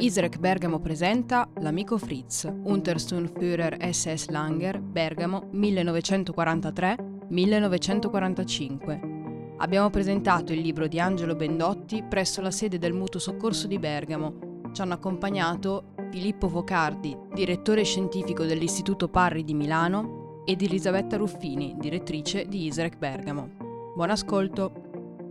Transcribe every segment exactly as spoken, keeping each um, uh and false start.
ISREC Bergamo presenta L'amico Fritz, Untersturmführer S S Langer, Bergamo millenovecentoquarantatré millenovecentoquarantacinque. Abbiamo presentato il libro di Angelo Bendotti presso la sede del Mutuo Soccorso di Bergamo. Ci hanno accompagnato Filippo Focardi, direttore scientifico dell'Istituto Parri di Milano, ed Elisabetta Ruffini, direttrice di ISREC Bergamo. Buon ascolto!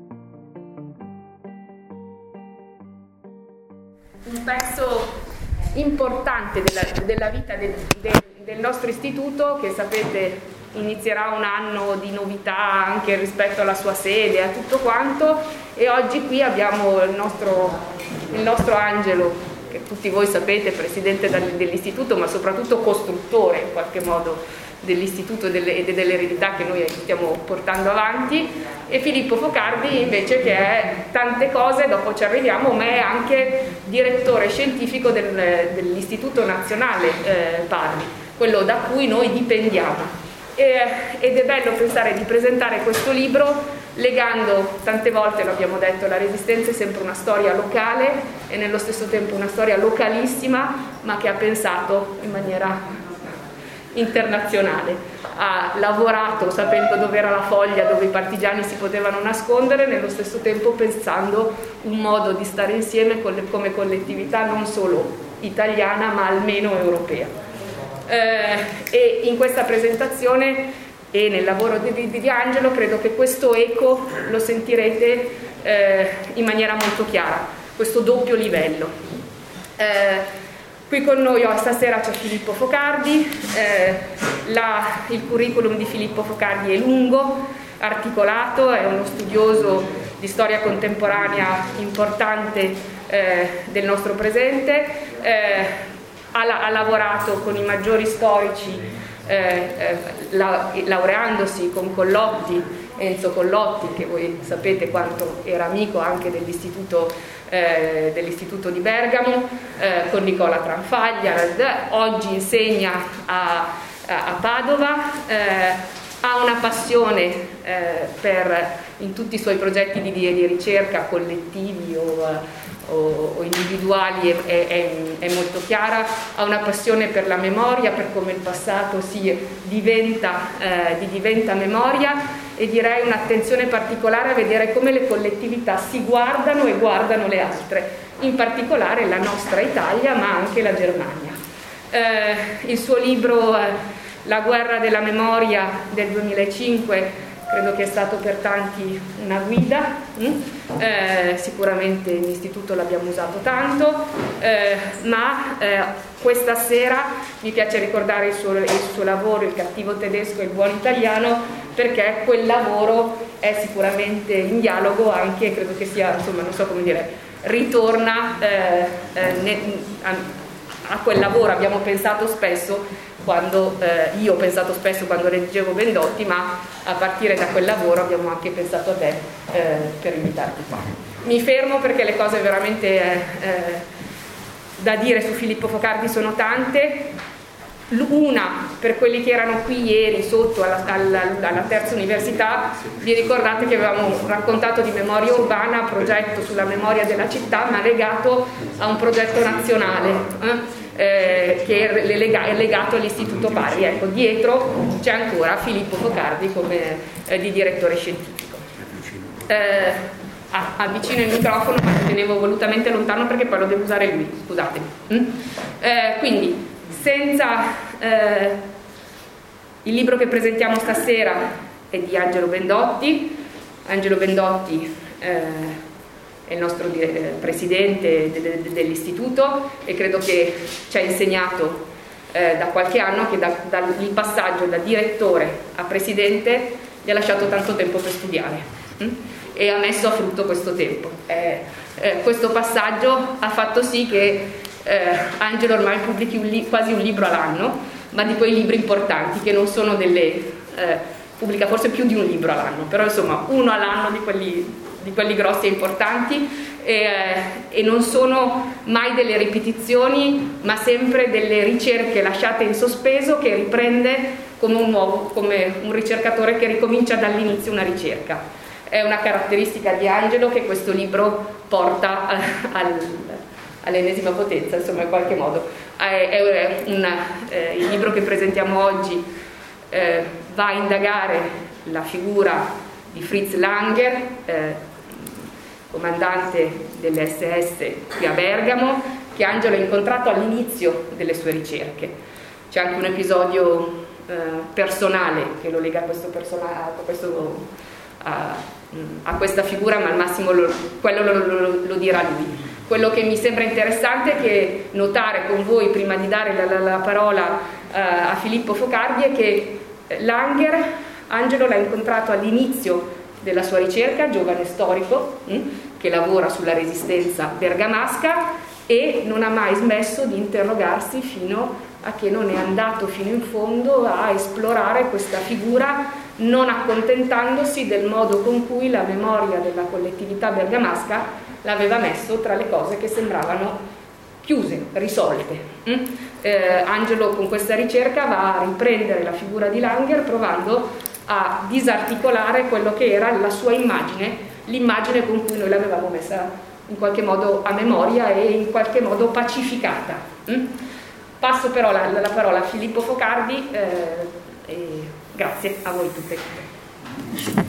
Un pezzo importante della, della vita del, del, del nostro istituto, che sapete inizierà un anno di novità anche rispetto alla sua sede, a tutto quanto, e oggi qui abbiamo il nostro, il nostro Angelo, che tutti voi sapete, presidente dell'istituto, ma soprattutto costruttore in qualche modo dell'istituto e delle, dell'eredità che noi stiamo portando avanti, e Filippo Focardi invece, che è tante cose, dopo ci arriviamo, ma è anche direttore scientifico del, dell'Istituto Nazionale eh, Parri, quello da cui noi dipendiamo. E, ed è bello pensare di presentare questo libro legando, tante volte lo abbiamo detto, la Resistenza è sempre una storia locale e nello stesso tempo una storia localissima, ma che ha pensato in maniera internazionale, ha lavorato sapendo dove era la foglia dove i partigiani si potevano nascondere, nello stesso tempo pensando un modo di stare insieme come collettività non solo italiana ma almeno europea. Eh, e in questa presentazione e nel lavoro di, di, di Angelo credo che questo eco lo sentirete eh, in maniera molto chiara, questo doppio livello. Eh, Qui con noi oh, stasera c'è Filippo Focardi, eh, la, il curriculum di Filippo Focardi è lungo, articolato, è uno studioso di storia contemporanea importante eh, del nostro presente, eh, ha, ha lavorato con i maggiori storici, eh, eh, la, laureandosi con Collotti, Enzo Collotti, che voi sapete quanto era amico anche dell'istituto Eh, dell'Istituto di Bergamo, eh, con Nicola Tranfaglia, oggi insegna a, a, a Padova, eh, ha una passione eh, per, in tutti i suoi progetti di, di ricerca collettivi o, o, o individuali è, è, è molto chiara, ha una passione per la memoria, per come il passato si diventa, eh, di diventa memoria, e direi un'attenzione particolare a vedere come le collettività si guardano e guardano le altre, in particolare la nostra Italia ma anche la Germania. Eh, il suo libro eh, La guerra della memoria del duemilacinque credo che è stato per tanti una guida, mm? eh, sicuramente in istituto l'abbiamo usato tanto, eh, ma eh, questa sera mi piace ricordare il suo, il suo lavoro, Il cattivo tedesco e il buon italiano, perché quel lavoro è sicuramente in dialogo anche, credo che sia, insomma, non so come dire, ritorna eh, eh, ne, a, a quel lavoro. Abbiamo pensato spesso, quando eh, io ho pensato spesso quando leggevo Bendotti, ma a partire da quel lavoro abbiamo anche pensato a te eh, per invitarti qua. Mi fermo perché le cose veramente eh, eh, da dire su Filippo Focardi sono tante. Una, per quelli che erano qui ieri sotto alla, alla, alla terza università, vi ricordate che avevamo raccontato di memoria urbana, progetto sulla memoria della città, ma legato a un progetto nazionale eh, eh, che è, lega, è legato all'Istituto Parri. Ecco, dietro c'è ancora Filippo Focardi come eh, di direttore scientifico. Eh, ah, avvicino il microfono, ma lo tenevo volutamente lontano perché poi lo devo usare lui, scusatemi. Mm? Eh, quindi senza eh, il libro che presentiamo stasera è di Angelo Bendotti. Angelo Bendotti eh, è il nostro dire, presidente de, de, dell'istituto e credo che ci ha insegnato eh, da qualche anno che da, da, il passaggio da direttore a presidente gli ha lasciato tanto tempo per studiare hm? e ha messo a frutto questo tempo. Eh, eh, questo passaggio ha fatto sì che Eh, Angelo ormai pubblichi un li- quasi un libro all'anno, ma di quei libri importanti che non sono delle eh, pubblica forse più di un libro all'anno, però insomma uno all'anno di quelli, di quelli grossi e importanti, e, eh, e non sono mai delle ripetizioni ma sempre delle ricerche lasciate in sospeso che riprende come un nuovo, come un ricercatore che ricomincia dall'inizio una ricerca. È una caratteristica di Angelo che questo libro porta eh, al all'ennesima potenza, insomma, in qualche modo. È, è una, eh, il libro che presentiamo oggi eh, va a indagare la figura di Fritz Langer, eh, comandante delle S S qui a Bergamo, che Angelo ha incontrato all'inizio delle sue ricerche. C'è anche un episodio eh, personale che lo lega a questo, persona, a, questo a, a questa figura, ma al massimo lo, quello lo, lo, lo dirà lui. Quello che mi sembra interessante è che notare con voi, prima di dare la, la, la parola uh, a Filippo Focardi, è che Langer, Angelo l'ha incontrato all'inizio della sua ricerca, giovane storico mh, che lavora sulla resistenza bergamasca, e non ha mai smesso di interrogarsi fino a che non è andato fino in fondo a esplorare questa figura, non accontentandosi del modo con cui la memoria della collettività bergamasca l'aveva messo tra le cose che sembravano chiuse, risolte. Mm? Eh, Angelo con questa ricerca va a riprendere la figura di Langer, provando a disarticolare quello che era la sua immagine, l'immagine con cui noi l'avevamo messa in qualche modo a memoria e in qualche modo pacificata. Mm? Passo però la, la parola a Filippo Focardi eh, e grazie a voi tutte e tutte.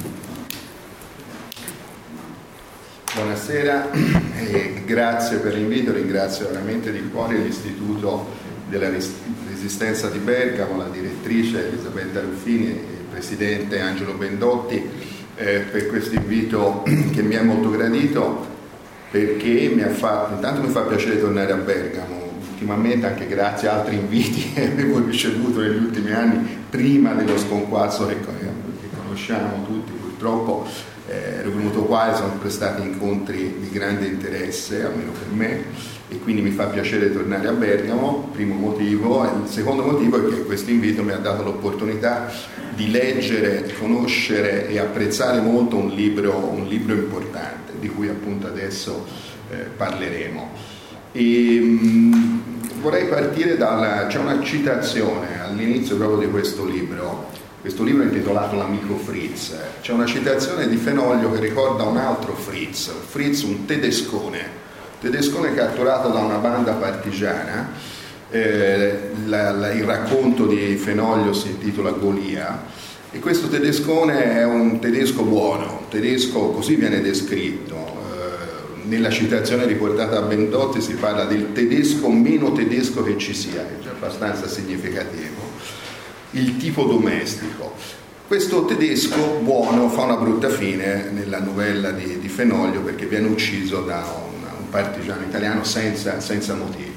Buonasera e grazie per l'invito, ringrazio veramente di cuore l'Istituto della Resistenza di Bergamo, la direttrice Elisabetta Ruffini e il presidente Angelo Bendotti eh, per questo invito che mi è molto gradito, perché mi ha fatto, intanto mi fa piacere tornare a Bergamo, ultimamente anche grazie a altri inviti che avevo ricevuto negli ultimi anni prima dello sconquasso che, che conosciamo tutti purtroppo. Eh, ero venuto qua e sono sempre stati incontri di grande interesse, almeno per me, e quindi mi fa piacere tornare a Bergamo, primo motivo. E il secondo motivo è che questo invito mi ha dato l'opportunità di leggere, conoscere e apprezzare molto un libro, un libro importante, di cui appunto adesso eh, parleremo. E, mh, vorrei partire dalla... c'è una citazione all'inizio proprio di questo libro. Questo libro è intitolato L'amico Fritz. C'è una citazione di Fenoglio che ricorda un altro Fritz, Fritz un tedescone, tedescone catturato da una banda partigiana. Eh, la, la, il racconto di Fenoglio si intitola Golia, e questo tedescone è un tedesco buono, tedesco, così viene descritto. Eh, nella citazione riportata a Bendotti si parla del tedesco meno tedesco che ci sia, che è già abbastanza significativo. Il tipo domestico. Questo tedesco buono fa una brutta fine nella novella di, di Fenoglio, perché viene ucciso da un, un partigiano italiano senza, senza motivo.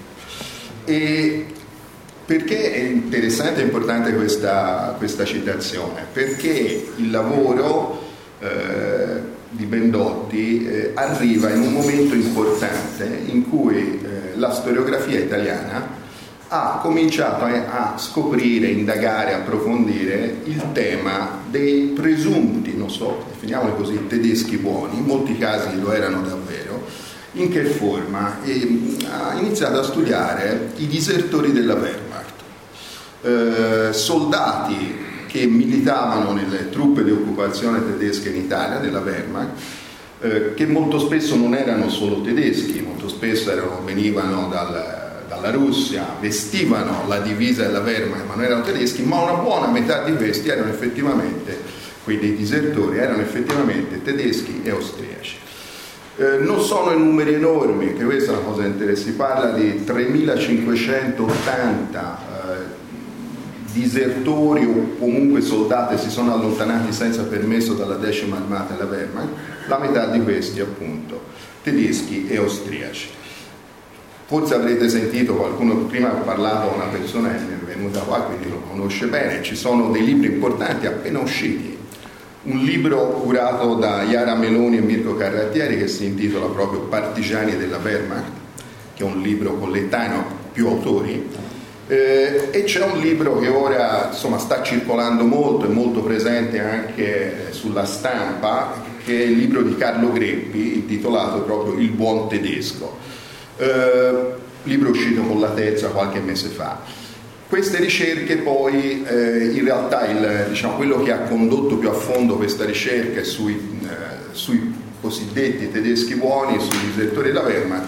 E perché è interessante e importante questa, questa citazione? Perché il lavoro eh, di Bendotti eh, arriva in un momento importante in cui eh, la storiografia italiana ha cominciato a scoprire, indagare, approfondire il tema dei presunti, non so, definiamoli così, tedeschi buoni, in molti casi lo erano davvero. In che forma? E ha iniziato a studiare i disertori della Wehrmacht, eh, soldati che militavano nelle truppe di occupazione tedesche in Italia, della Wehrmacht, eh, che molto spesso non erano solo tedeschi, molto spesso erano, venivano dal dalla Russia, vestivano la divisa della Wehrmacht ma non erano tedeschi, ma una buona metà di questi erano effettivamente, quei dei disertori, erano effettivamente tedeschi e austriaci. Eh, non sono i numeri enormi, che questa è una cosa interessante, si parla di tremilacinquecentottanta eh, disertori o comunque soldati si sono allontanati senza permesso dalla decima armata della Wehrmacht, la metà di questi appunto tedeschi e austriaci. Forse avrete sentito, qualcuno prima ha parlato, una persona che è venuta qua, quindi lo conosce bene, ci sono dei libri importanti appena usciti. Un libro curato da Iara Meloni e Mirko Carrattieri che si intitola proprio Partigiani della Wehrmacht, che è un libro collettaneo, più autori, eh, e c'è un libro che ora insomma sta circolando molto, è molto presente anche sulla stampa, che è il libro di Carlo Greppi, intitolato proprio Il buon tedesco. Uh, libro uscito con la Terza qualche mese fa. Queste ricerche poi eh, in realtà il, diciamo, quello che ha condotto più a fondo questa ricerca sui, eh, sui cosiddetti tedeschi buoni, sui disertori della Wehrmacht, è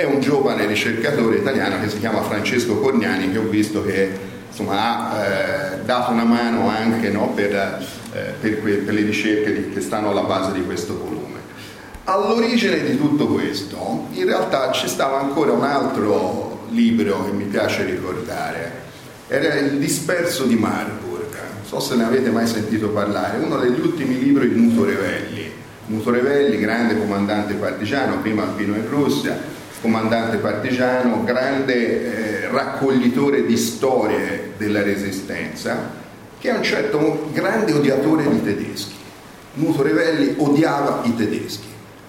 è un giovane ricercatore italiano che si chiama Francesco Corniani, che ho visto che insomma, ha eh, dato una mano anche, no, per, eh, per, que- per le ricerche di, che stanno alla base di questo volume. All'origine di tutto questo in realtà ci stava ancora un altro libro che mi piace ricordare, era Il disperso di Marburg, non so se ne avete mai sentito parlare, uno degli ultimi libri di Nuto Revelli. Nuto Revelli, grande comandante partigiano, prima alpino in Russia, comandante partigiano, grande eh, raccoglitore di storie della Resistenza, che è un certo grande odiatore di tedeschi. Nuto Revelli odiava i tedeschi.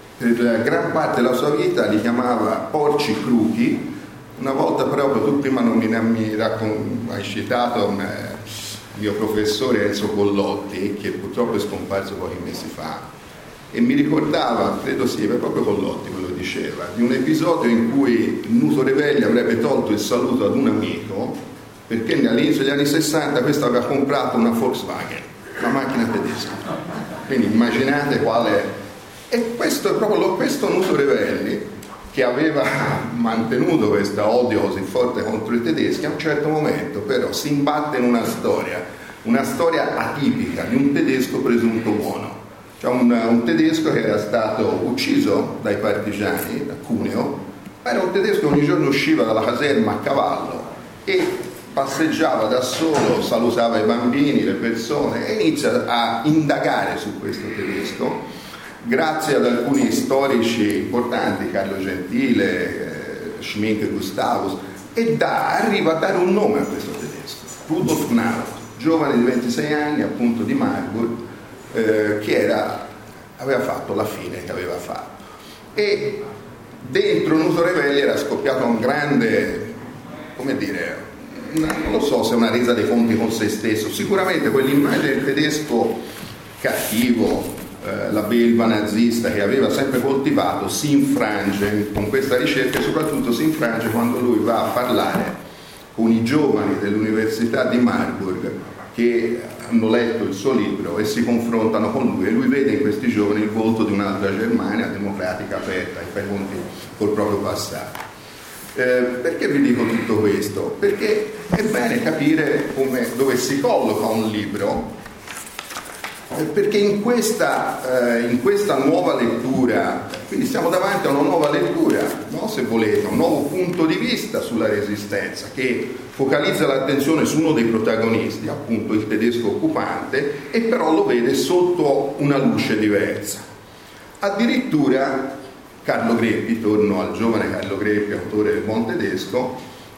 Per gran parte della sua vita li chiamava porci cruchi. Una volta proprio, tu prima non mi, mi raccon- hai citato un eh, mio professore Enzo Collotti, che purtroppo è scomparso pochi mesi fa, e mi ricordava, credo sia proprio Collotti me lo diceva, di un episodio in cui Nuto Revelli avrebbe tolto il saluto ad un amico perché all'inizio degli anni sessanta questo aveva comprato una Volkswagen, una macchina tedesca. Quindi immaginate quale... E questo è proprio questo Nuto Revelli, che aveva mantenuto questo odio così forte contro i tedeschi, a un certo momento però si imbatte in una storia, una storia atipica di un tedesco presunto buono. C'è un, un tedesco che era stato ucciso dai partigiani a Cuneo, ma era un tedesco che ogni giorno usciva dalla caserma a cavallo e passeggiava da solo, salutava i bambini, le persone, e inizia a indagare su questo tedesco grazie ad alcuni storici importanti, Carlo Gentile, eh, Schmink Gustavus, e da, arriva a dare un nome a questo tedesco, Rudolf Knaut, giovane di ventisei anni, appunto di Marburg, Eh, che era, aveva fatto la fine che aveva fatto. E dentro Nuto Revelli era scoppiato un grande, come dire, una, non lo so se una resa dei conti con se stesso, sicuramente quell'immagine del tedesco cattivo, eh, la belva nazista che aveva sempre coltivato, si infrange con questa ricerca e soprattutto si infrange quando lui va a parlare con i giovani dell'Università di Marburg che hanno letto il suo libro e si confrontano con lui, e lui vede in questi giovani il volto di un'altra Germania democratica aperta e fai conti col proprio passato. Eh, perché vi dico tutto questo? Perché è bene capire come, dove si colloca un libro, eh, perché in questa, eh, in questa nuova lettura, quindi siamo davanti a una nuova lettura, no? Se volete, un nuovo punto di vista sulla Resistenza che focalizza l'attenzione su uno dei protagonisti, appunto il tedesco occupante, e però lo vede sotto una luce diversa. Addirittura Carlo Greppi, torno al giovane Carlo Greppi, autore del Buon Tedesco,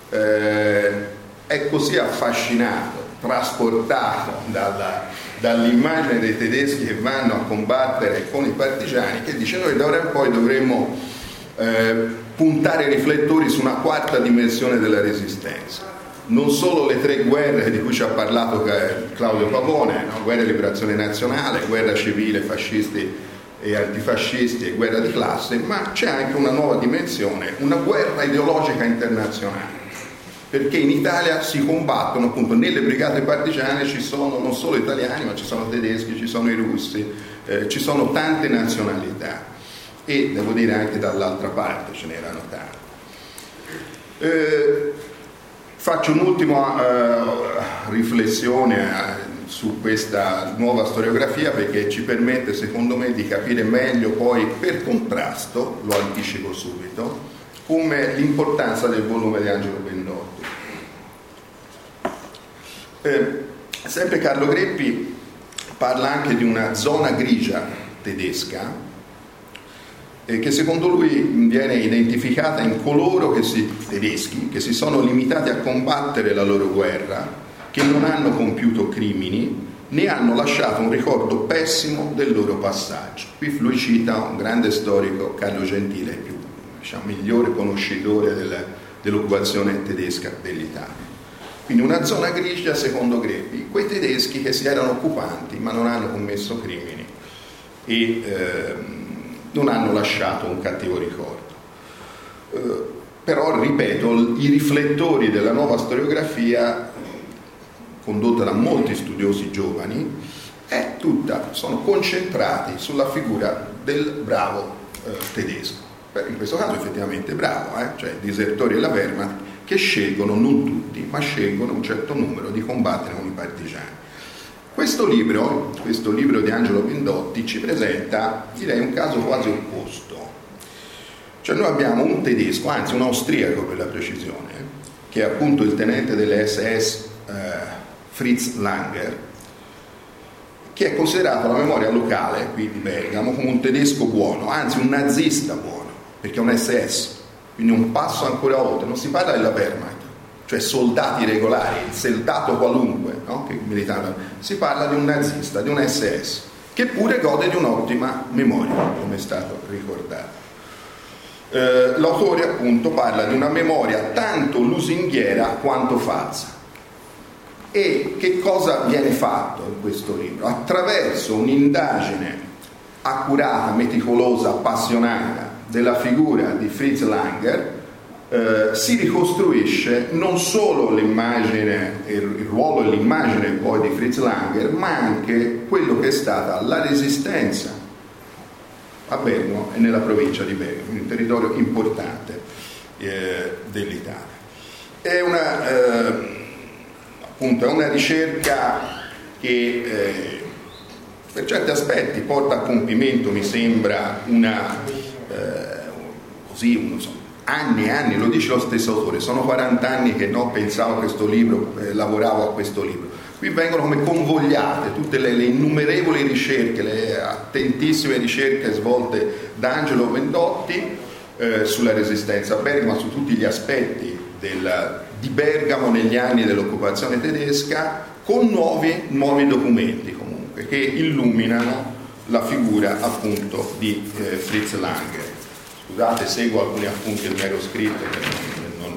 eh, è così affascinato, trasportato dalla, dall'immagine dei tedeschi che vanno a combattere con i partigiani, che dice: noi da ora in poi dovremmo eh, puntare i riflettori su una quarta dimensione della Resistenza. Non solo le tre guerre di cui ci ha parlato Claudio Pavone, no? Guerra di liberazione nazionale, guerra civile, fascisti e antifascisti e guerra di classe, ma c'è anche una nuova dimensione, una guerra ideologica internazionale, perché in Italia si combattono, appunto, nelle brigate partigiane ci sono non solo italiani, ma ci sono tedeschi, ci sono i russi, eh, ci sono tante nazionalità, e devo dire anche dall'altra parte ce n'erano tante. Eh, Faccio un'ultima uh, riflessione uh, su questa nuova storiografia, perché ci permette, secondo me, di capire meglio poi, per contrasto, lo anticipo subito, come l'importanza del volume di Angelo Bendotti. Eh, sempre Carlo Greppi parla anche di una zona grigia tedesca, che secondo lui viene identificata in coloro che si, tedeschi che si sono limitati a combattere la loro guerra, che non hanno compiuto crimini né hanno lasciato un ricordo pessimo del loro passaggio. Qui lui cita un grande storico, Carlo Gentile, il più, diciamo, migliore conoscitore del, dell'occupazione tedesca dell'Italia. Quindi una zona grigia, secondo Greppi, quei tedeschi che si erano occupanti ma non hanno commesso crimini e ehm, non hanno lasciato un cattivo ricordo. Eh, però, ripeto, i riflettori della nuova storiografia, condotta da molti studiosi giovani, è tutta, sono concentrati sulla figura del bravo eh, tedesco. in questo caso effettivamente bravo, eh? Cioè disertori della Wehrmacht che scelgono, non tutti, ma scelgono un certo numero di combattere con i partigiani. Questo libro, questo libro di Angelo Pindotti ci presenta, direi, un caso quasi opposto. Cioè noi abbiamo un tedesco, anzi un austriaco per la precisione, che è appunto il tenente delle S S eh, Fritz Langer, che è considerato la memoria locale qui di Bergamo come un tedesco buono, anzi un nazista buono, perché è un S S, quindi un passo ancora oltre. Non si parla della Wehrmacht, cioè soldati regolari, il soldato qualunque, no? Che militava. Si parla di un nazista, di un S S, che pure gode di un'ottima memoria, come è stato ricordato. Eh, l'autore appunto parla di una memoria tanto lusinghiera quanto falsa. E che cosa viene fatto in questo libro? Attraverso un'indagine accurata, meticolosa, appassionata della figura di Fritz Langer, eh, si ricostruisce non solo l'immagine, il, il ruolo e l'immagine poi di Fritz Langer, ma anche quello che è stata la resistenza a Bergamo e nella provincia di Bergamo, un territorio importante eh, dell'Italia. È una, eh, appunto, è una ricerca che eh, per certi aspetti porta a compimento, mi sembra, una eh, così, non so, anni e anni, lo dice lo stesso autore, sono quaranta anni che no, pensavo a questo libro, eh, lavoravo a questo libro. Qui vengono come convogliate tutte le, le innumerevoli ricerche, le attentissime ricerche svolte da Angelo Pindotti eh, sulla resistenza a Bergamo, su tutti gli aspetti del, di Bergamo negli anni dell'occupazione tedesca, con nuovi, nuovi documenti comunque che illuminano la figura appunto di eh, Fritz Langer. Scusate, seguo alcuni appunti che mi ero scritto.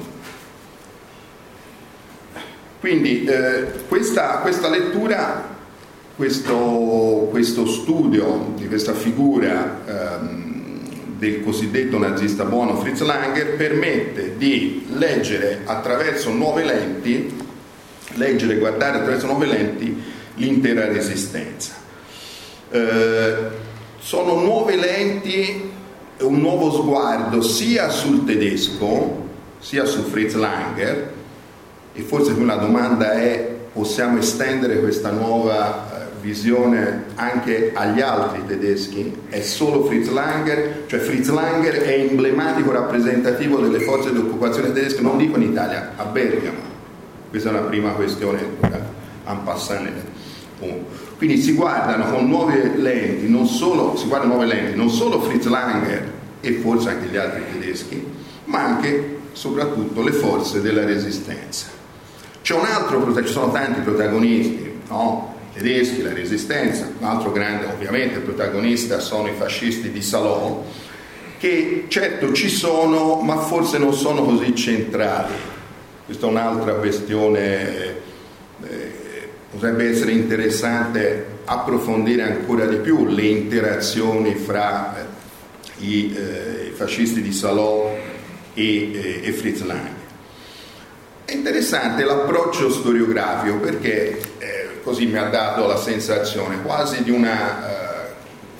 Quindi eh, questa, questa lettura, questo, questo studio di questa figura ehm, del cosiddetto nazista buono Fritz Langer permette di leggere attraverso nuove lenti, leggere e guardare attraverso nuove lenti l'intera resistenza. Eh, sono nuove lenti, un nuovo sguardo sia sul tedesco, sia su Fritz Langer. E forse una domanda è: possiamo estendere questa nuova eh, visione anche agli altri tedeschi? È solo Fritz Langer? Cioè Fritz Langer è emblematico, rappresentativo delle forze di occupazione tedesche, non dico in Italia, a Bergamo. Questa è una prima questione en passant. Quindi si guardano con nuove lenti, non solo, si guardano nuove lenti, non solo Fritz Langer e forse anche gli altri tedeschi, ma anche soprattutto le forze della resistenza. C'è un altro, ci sono tanti protagonisti, no? I tedeschi, la resistenza, un altro grande ovviamente protagonista sono i fascisti di Salò, che certo ci sono, ma forse non sono così centrali. Questa è un'altra questione, eh, potrebbe essere interessante approfondire ancora di più le interazioni fra eh, i, eh, i fascisti di Salò e, eh, e Fritz Langer. È interessante l'approccio storiografico perché eh, così mi ha dato la sensazione quasi di una eh,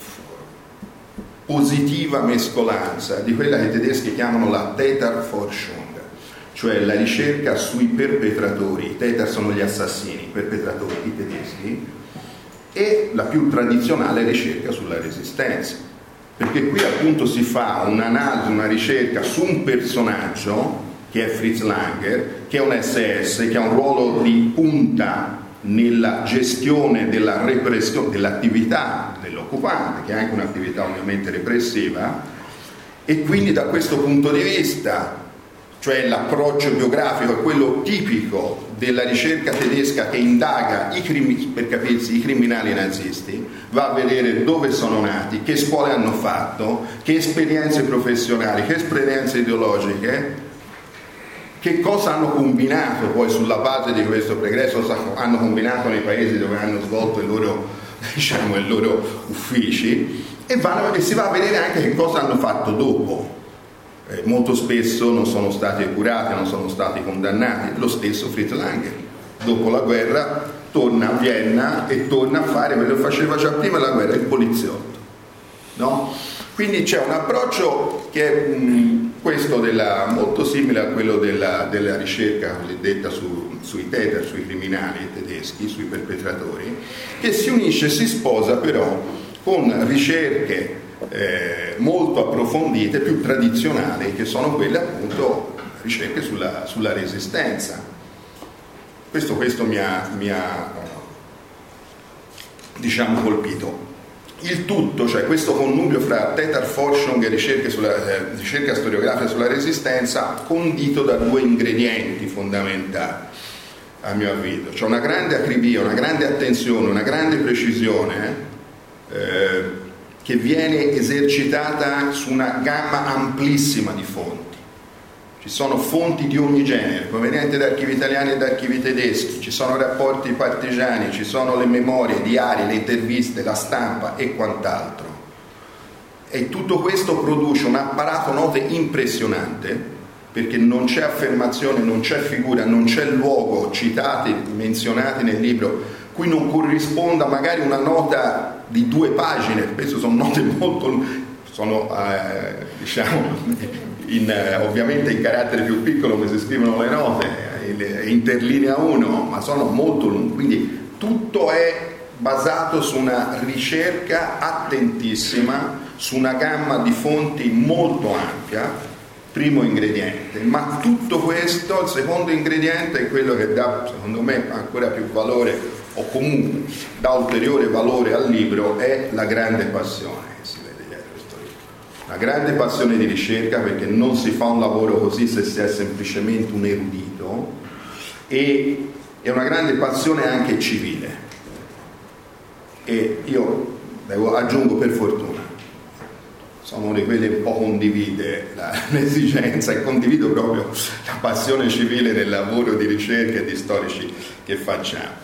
positiva mescolanza di quella che i tedeschi chiamano la Täterforschung, cioè la ricerca sui perpetratori. I Täter sono gli assassini, i perpetratori, i tedeschi, e la più tradizionale ricerca sulla resistenza, perché qui appunto si fa un'analisi, una ricerca su un personaggio che è Fritz Langer, che è un S S, che ha un ruolo di punta nella gestione della repressione, dell'attività dell'occupante, che è anche un'attività ovviamente repressiva, e quindi da questo punto di vista, cioè l'approccio biografico è quello tipico della ricerca tedesca che indaga i crimi, per capirsi, i criminali nazisti, va a vedere dove sono nati, che scuole hanno fatto, che esperienze professionali, che esperienze ideologiche, che cosa hanno combinato poi sulla base di questo pregresso, hanno combinato nei paesi dove hanno svolto i loro, diciamo, i loro uffici, e, vanno, e si va a vedere anche che cosa hanno fatto dopo. Eh, molto spesso non sono stati epurati, non sono stati condannati. Lo stesso Fritz Langer, dopo la guerra, torna a Vienna e torna a fare quello che faceva già prima della guerra, il poliziotto, no? Quindi c'è un approccio che è mh, questo della, molto simile a quello della, della ricerca cosiddetta su, sui Täter, sui criminali tedeschi, sui perpetratori, che si unisce e si sposa però con ricerche eh, molto approfondite, più tradizionali, che sono quelle appunto ricerche sulla, sulla resistenza. Questo, questo mi ha, mi ha diciamo colpito. Il tutto, cioè questo connubio fra Täterforschung e ricerche sulla, eh, ricerca storiografica sulla resistenza, condito da due ingredienti fondamentali, a mio avviso. C'è una grande acribia, una grande attenzione, una grande precisione eh, che viene esercitata su una gamma amplissima di fonti. Ci sono fonti di ogni genere, provenienti da archivi italiani e da archivi tedeschi, ci sono rapporti partigiani, ci sono le memorie, i diari, le interviste, la stampa e quant'altro. E tutto questo produce un apparato note impressionante, perché non c'è affermazione, non c'è figura, non c'è luogo citati, menzionati nel libro, cui non corrisponda magari una nota di due pagine. Spesso sono note molto, sono eh, diciamo in, ovviamente in carattere più piccolo come si scrivono le note, interlinea uno, ma sono molto lunghe. Quindi tutto è basato su una ricerca attentissima, su una gamma di fonti molto ampia, primo ingrediente. Ma tutto questo, il secondo ingrediente, è quello che dà, secondo me, ancora più valore, o comunque dà ulteriore valore al libro, è la grande passione che si vede dietro questo libro. Una grande passione di ricerca, perché non si fa un lavoro così se si è semplicemente un erudito, e è una grande passione anche civile. E io devo, aggiungo per fortuna, sono uno di quelli che un po' condivide la, l'esigenza e condivido proprio la passione civile nel lavoro di ricerca e di storici che facciamo.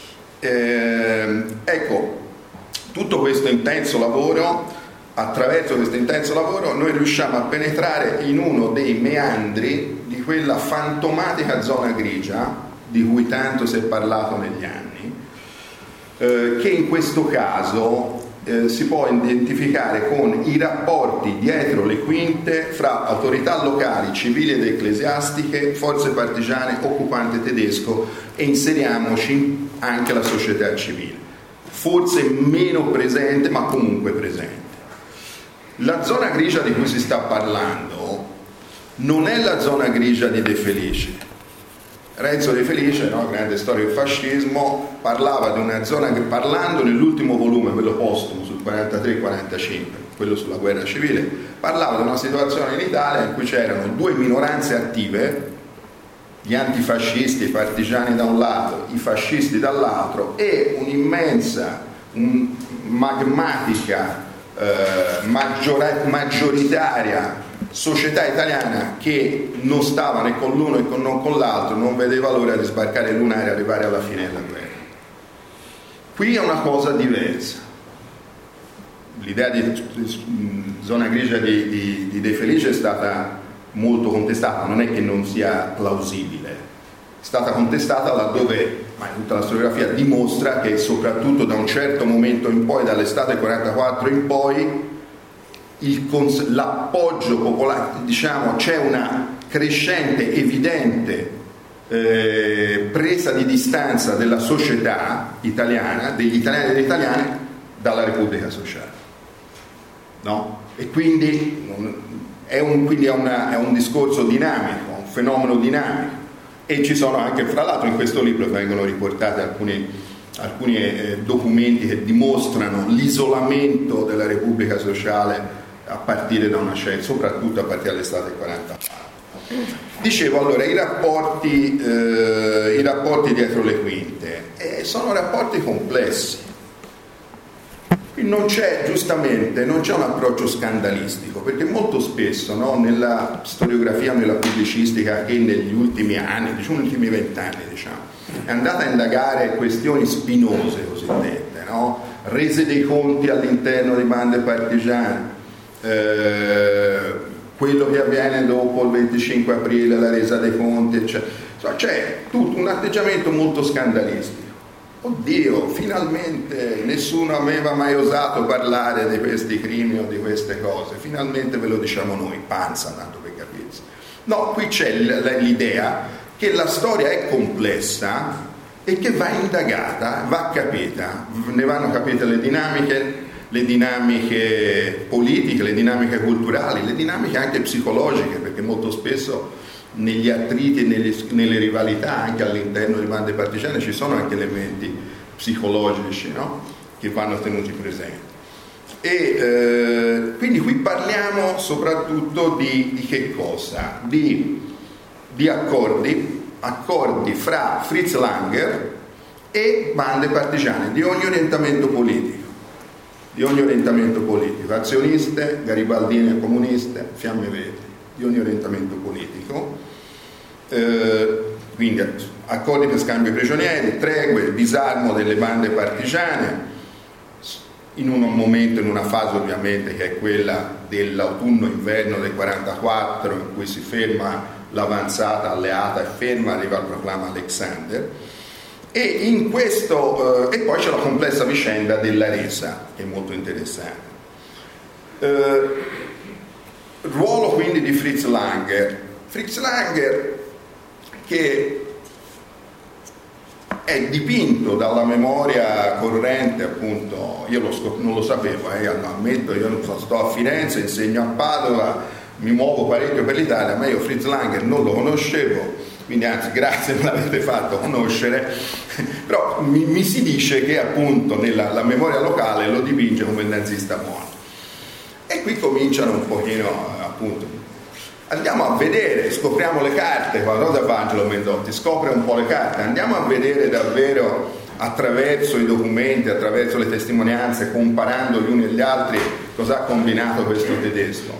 Eh, ecco, tutto questo intenso lavoro, attraverso questo intenso lavoro noi riusciamo a penetrare in uno dei meandri di quella fantomatica zona grigia di cui tanto si è parlato negli anni, eh, che in questo caso eh, si può identificare con i rapporti dietro le quinte fra autorità locali, civili ed ecclesiastiche, forze partigiane, occupante tedesco, e inseriamoci anche la società civile, forse meno presente ma comunque presente. La zona grigia di cui si sta parlando non è la zona grigia di De Felice. Renzo De Felice, no, grande storico del fascismo, parlava di una zona, parlando nell'ultimo volume, quello postumo, sul quarantatré quarantacinque, quello sulla guerra civile, parlava di una situazione in Italia in cui c'erano due minoranze attive, gli antifascisti, i partigiani da un lato, i fascisti dall'altro, e un'immensa, un, magmatica, eh, maggiora, maggioritaria società italiana che non stava né con l'uno né con, non con l'altro, non vedeva l'ora di sbarcare il lunare e arrivare alla fine della guerra. Qui è una cosa diversa. L'idea di, di zona grigia di, di, di De Felice è stata molto contestata, non è che non sia plausibile, è stata contestata laddove, ma in tutta la storiografia dimostra che soprattutto da un certo momento in poi, dall'estate quarantaquattro in poi, il cons- l'appoggio popolare, diciamo, c'è una crescente, evidente eh, presa di distanza della società italiana, degli italiani e delle italiane, dalla Repubblica Sociale, no? E quindi non, è un, quindi è, una, è un discorso dinamico, un fenomeno dinamico, e ci sono anche, fra l'altro, in questo libro vengono riportati alcuni, alcuni eh, documenti che dimostrano l'isolamento della Repubblica Sociale a partire da una scelta, soprattutto a partire dall'estate quarantaquattro. Dicevo, allora, i rapporti, eh, i rapporti dietro le quinte eh, sono rapporti complessi. Qui non c'è, giustamente, non c'è un approccio scandalistico, perché molto spesso, no, nella storiografia, nella pubblicistica, che negli ultimi anni, diciamo negli ultimi vent'anni, diciamo, è andata a indagare questioni spinose cosiddette, no? Rese dei conti all'interno di bande partigiane, eh, quello che avviene dopo il venticinque aprile, la resa dei conti, eccetera. Cioè, c'è tutto un atteggiamento molto scandalistico. oddio, finalmente nessuno aveva mai osato parlare di questi crimini o di queste cose, finalmente ve lo diciamo noi, panza, tanto per capirsi. No, qui c'è l'idea che la storia è complessa e che va indagata, va capita, ne vanno capite le dinamiche, le dinamiche politiche, le dinamiche culturali, le dinamiche anche psicologiche, perché molto spesso negli attriti e nelle, nelle rivalità anche all'interno di bande partigiane ci sono anche elementi psicologici, no? Che vanno tenuti presenti. E eh, quindi qui parliamo soprattutto di, di che cosa? Di, di accordi, accordi fra Fritz Langer e bande partigiane di ogni orientamento politico, di ogni orientamento politico, azioniste, garibaldine, comuniste, fiamme verdi, di ogni orientamento politico, eh, quindi accordi per scambio prigionieri, tregue, disarmo delle bande partigiane, in un momento, in una fase ovviamente che è quella dell'autunno-inverno del quarantaquattro, in cui si ferma l'avanzata alleata e ferma, arriva il proclama Alexander, e in questo eh, e poi c'è la complessa vicenda della resa, che è molto interessante. Eh, ruolo quindi di Fritz Langer. Fritz Langer, che è dipinto dalla memoria corrente, appunto, io lo scop- non lo sapevo, eh, ammetto, io non so, sto a Firenze, insegno a Padova, mi muovo parecchio per l'Italia, ma io Fritz Langer non lo conoscevo, quindi anzi grazie, me l'avete fatto conoscere, però mi, mi si dice che appunto nella la memoria locale lo dipinge come il nazista buono. E qui cominciano un pochino, appunto, andiamo a vedere, scopriamo le carte, quando da Angelo Mendotti scopre un po' le carte, andiamo a vedere davvero attraverso i documenti, attraverso le testimonianze, comparando gli uni e gli altri, cosa ha combinato questo tedesco.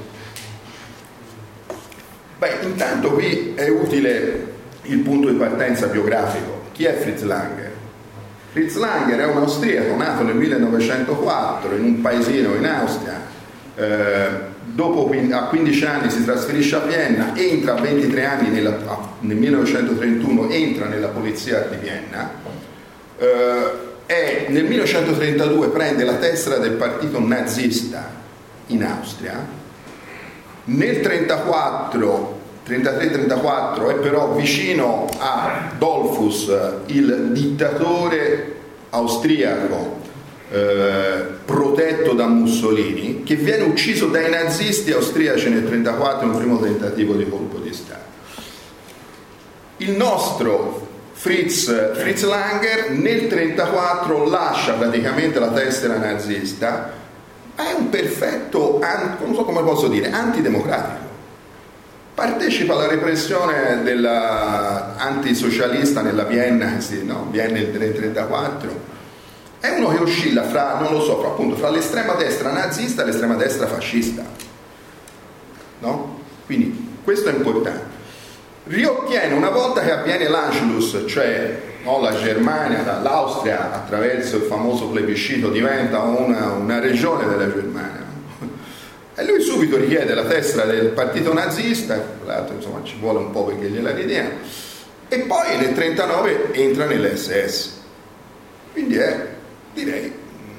Beh, intanto qui è utile il punto di partenza biografico. Chi è Fritz Langer? Fritz Langer è un austriaco nato nel millenovecentoquattro in un paesino in Austria. Eh, dopo a quindici anni si trasferisce a Vienna, entra a ventitré anni nella, nel millenovecentotrentuno entra nella polizia di Vienna, eh, e nel millenovecentotrentadue prende la tessera del partito nazista in Austria. Nel trentaquattro, trentatré trentaquattro è però vicino a Dollfuss, il dittatore austriaco Eh, protetto da Mussolini, che viene ucciso dai nazisti austriaci nel trentaquattro in un primo tentativo di colpo di Stato. Il nostro Fritz, Fritz Langer nel trentaquattro lascia praticamente la tessera nazista, è un perfetto, non so come posso dire, antidemocratico. Partecipa alla repressione della antisocialista nella Vienna, sì, no? Vienna nel trentaquattro. È uno che oscilla fra, non lo so, fra, appunto, fra l'estrema destra nazista e l'estrema destra fascista, no? Quindi questo è importante. Riottiene, una volta che avviene l'Anschluss, cioè no, la Germania, l'Austria attraverso il famoso plebiscito diventa una, una regione della Germania, no? E lui subito richiede la tessera del partito nazista, tra l'altro insomma ci vuole un po' perché gliela ridiano, e poi nel trentanove entra nell'esse esse. Quindi è, direi,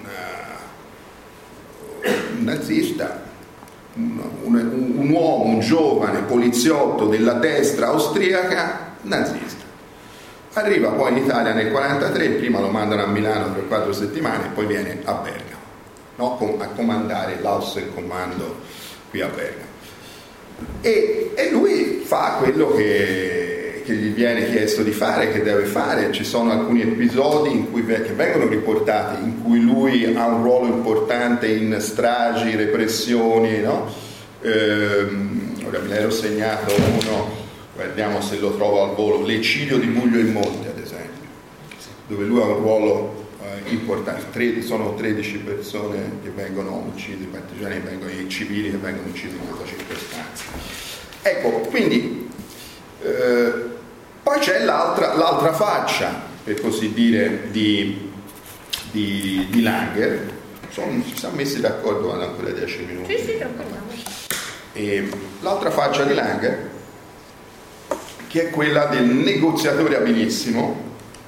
una, un nazista, un, un, un uomo, un giovane poliziotto della destra austriaca nazista. Arriva poi in Italia nel quarantatré, prima lo mandano a Milano per quattro settimane e poi viene a Bergamo, no? a comandare l'Außenkommando qui a Bergamo. E, e lui fa quello che, che gli viene chiesto di fare, che deve fare. Ci sono alcuni episodi in cui, che vengono riportati in cui lui ha un ruolo importante in stragi, repressioni, no? Ehm, ora me ne ero segnato uno, guardiamo se lo trovo al volo, l'eccidio di Buglio in Monte ad esempio, dove lui ha un ruolo eh, importante. tredici, sono tredici persone che vengono uccise, i partigiani che vengono, i civili che vengono uccisi in questa circostanza. Ecco, quindi eh, poi c'è l'altra, l'altra faccia, per così dire, di, di, di Langer. Sono, ci siamo messi d'accordo, vanno ancora dieci minuti. Sì, sì, tranquillo. E l'altra faccia di Langer, che è quella del negoziatore abilissimo,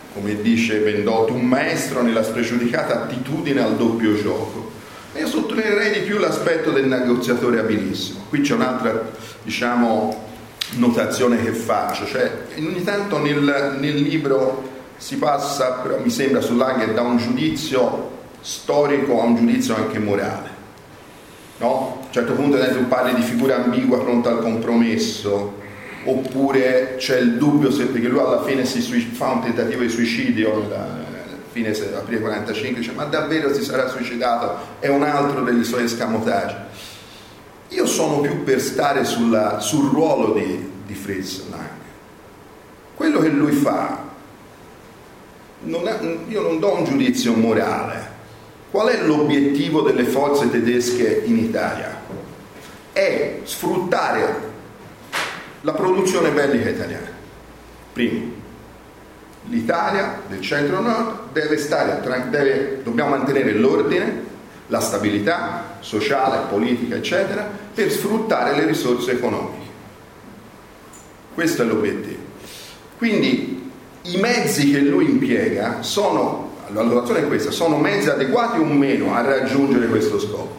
come dice Vendotto, un maestro nella spregiudicata attitudine al doppio gioco. E io sottolineerei di più l'aspetto del negoziatore abilissimo. Qui c'è un'altra, diciamo, notazione che faccio, cioè ogni tanto nel, nel libro si passa, però mi sembra su Langer, da un giudizio storico a un giudizio anche morale, no? A un certo punto tu parli di figura ambigua pronta al compromesso, oppure c'è il dubbio se, perché lui alla fine si suic- fa un tentativo di suicidio nella fine aprile quarantacinque, dice ma davvero si sarà suicidato? È un altro degli suoi escamotage. Io sono più per stare sulla, sul ruolo di, di Fritz Lang. Quello che lui fa, non è, io non do un giudizio morale. Qual è l'obiettivo delle forze tedesche in Italia? È sfruttare la produzione bellica italiana. Primo, l'Italia del centro-nord deve stare, deve, dobbiamo mantenere l'ordine, la stabilità sociale, politica, eccetera, per sfruttare le risorse economiche. Questo è l'obiettivo. Quindi i mezzi che lui impiega sono, la valutazione è questa, sono mezzi adeguati o meno a raggiungere questo scopo.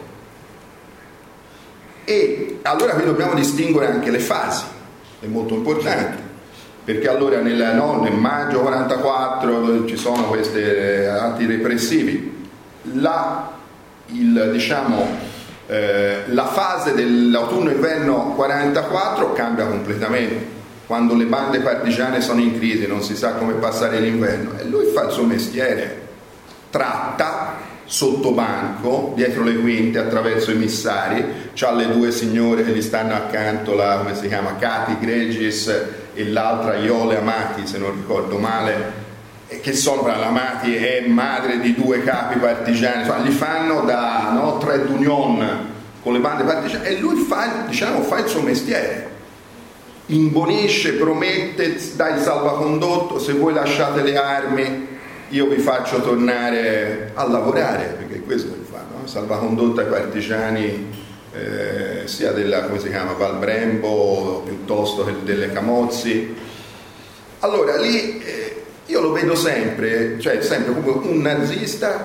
E allora qui dobbiamo distinguere anche le fasi, è molto importante, perché allora nel, no, nel maggio quarantaquattro ci sono questi atti repressivi, la, il, diciamo, eh, la fase dell'autunno-inverno quarantaquattro cambia completamente, quando le bande partigiane sono in crisi, non si sa come passare l'inverno, e lui fa il suo mestiere, tratta sotto banco, dietro le quinte, attraverso emissari, c'ha le due signore che gli stanno accanto, la, come si chiama, Cati Gregis e l'altra Iole Amati, se non ricordo male, che sono, l'Amati è madre di due capi partigiani, insomma, gli fanno da, no, trade union con le bande partigiane, e lui fa, diciamo, fa il suo mestiere, imbonisce, promette, dà il salvacondotto, se voi lasciate le armi io vi faccio tornare a lavorare, perché questo che fa, no? Salvacondotto ai partigiani eh, sia della, come si chiama, Val Brembo piuttosto che delle Camozzi. Allora lì eh, io lo vedo sempre, cioè sempre come un nazista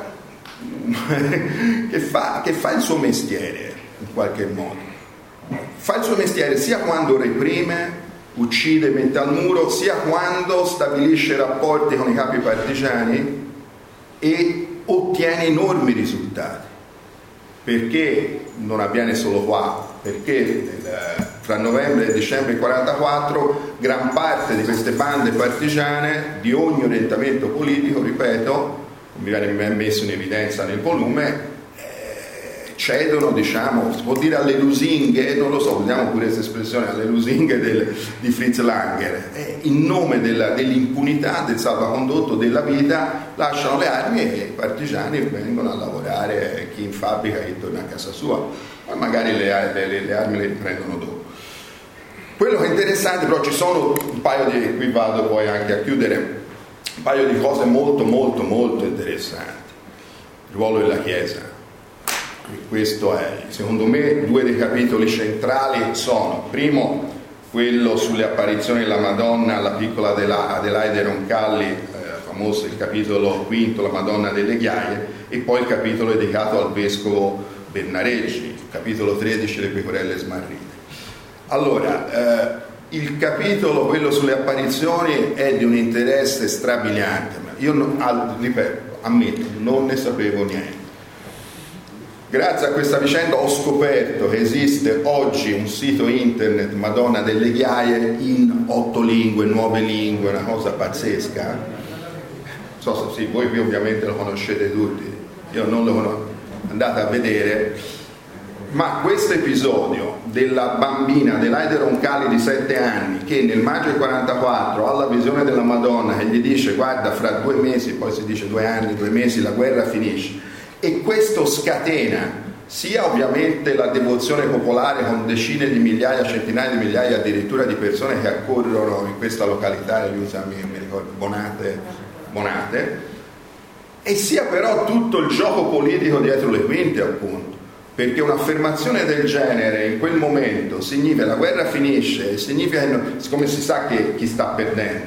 che fa, che fa il suo mestiere in qualche modo, fa il suo mestiere sia quando reprime, uccide, mette al muro, sia quando stabilisce rapporti con i capi partigiani e ottiene enormi risultati. Perché non avviene solo qua? Perché nel, fra novembre e dicembre quarantaquattro gran parte di queste bande partigiane di ogni orientamento politico, ripeto, mi viene messo in evidenza nel volume, cedono, diciamo, si può dire alle lusinghe, non lo so, usiamo pure questa espressione, alle lusinghe del, di Fritz Langer, eh, in nome della, dell'impunità, del salvacondotto, della vita, lasciano le armi e i partigiani vengono a lavorare, chi in fabbrica, chi torna a casa sua, ma magari le, le, le armi le riprendono dopo. Quello che è interessante, però ci sono un paio di, qui vado poi anche a chiudere, un paio di cose molto molto molto interessanti. Il ruolo della Chiesa. Questo è, secondo me, due dei capitoli centrali sono, primo, quello sulle apparizioni della Madonna alla piccola Adelaide Roncalli, eh, famoso il capitolo quinto, la Madonna delle Ghiaie, e poi il capitolo dedicato al vescovo Bernareggi, il capitolo tredici, le pecorelle smarrite. Allora, eh, il capitolo, quello sulle apparizioni, è di un interesse strabiliante, io, non, al, ripeto, ammetto, non ne sapevo niente. Grazie a questa vicenda ho scoperto che esiste oggi un sito internet Madonna delle Ghiaie in otto lingue, nuove lingue, una cosa pazzesca. Non so se sì, voi qui ovviamente lo conoscete tutti, io non lo conosco, andate a vedere. Ma questo episodio della bambina Adelaide Roncalli di sette anni che nel maggio del quarantaquattro ha la visione della Madonna che gli dice guarda fra due mesi, poi si dice due anni, due mesi la guerra finisce, e questo scatena sia ovviamente la devozione popolare con decine di migliaia, centinaia di migliaia addirittura di persone che accorrono in questa località, io mi ricordo, Bonate, Bonate, e sia però tutto il gioco politico dietro le quinte, appunto, perché un'affermazione del genere in quel momento significa la guerra finisce, significa, siccome si sa che chi sta perdendo,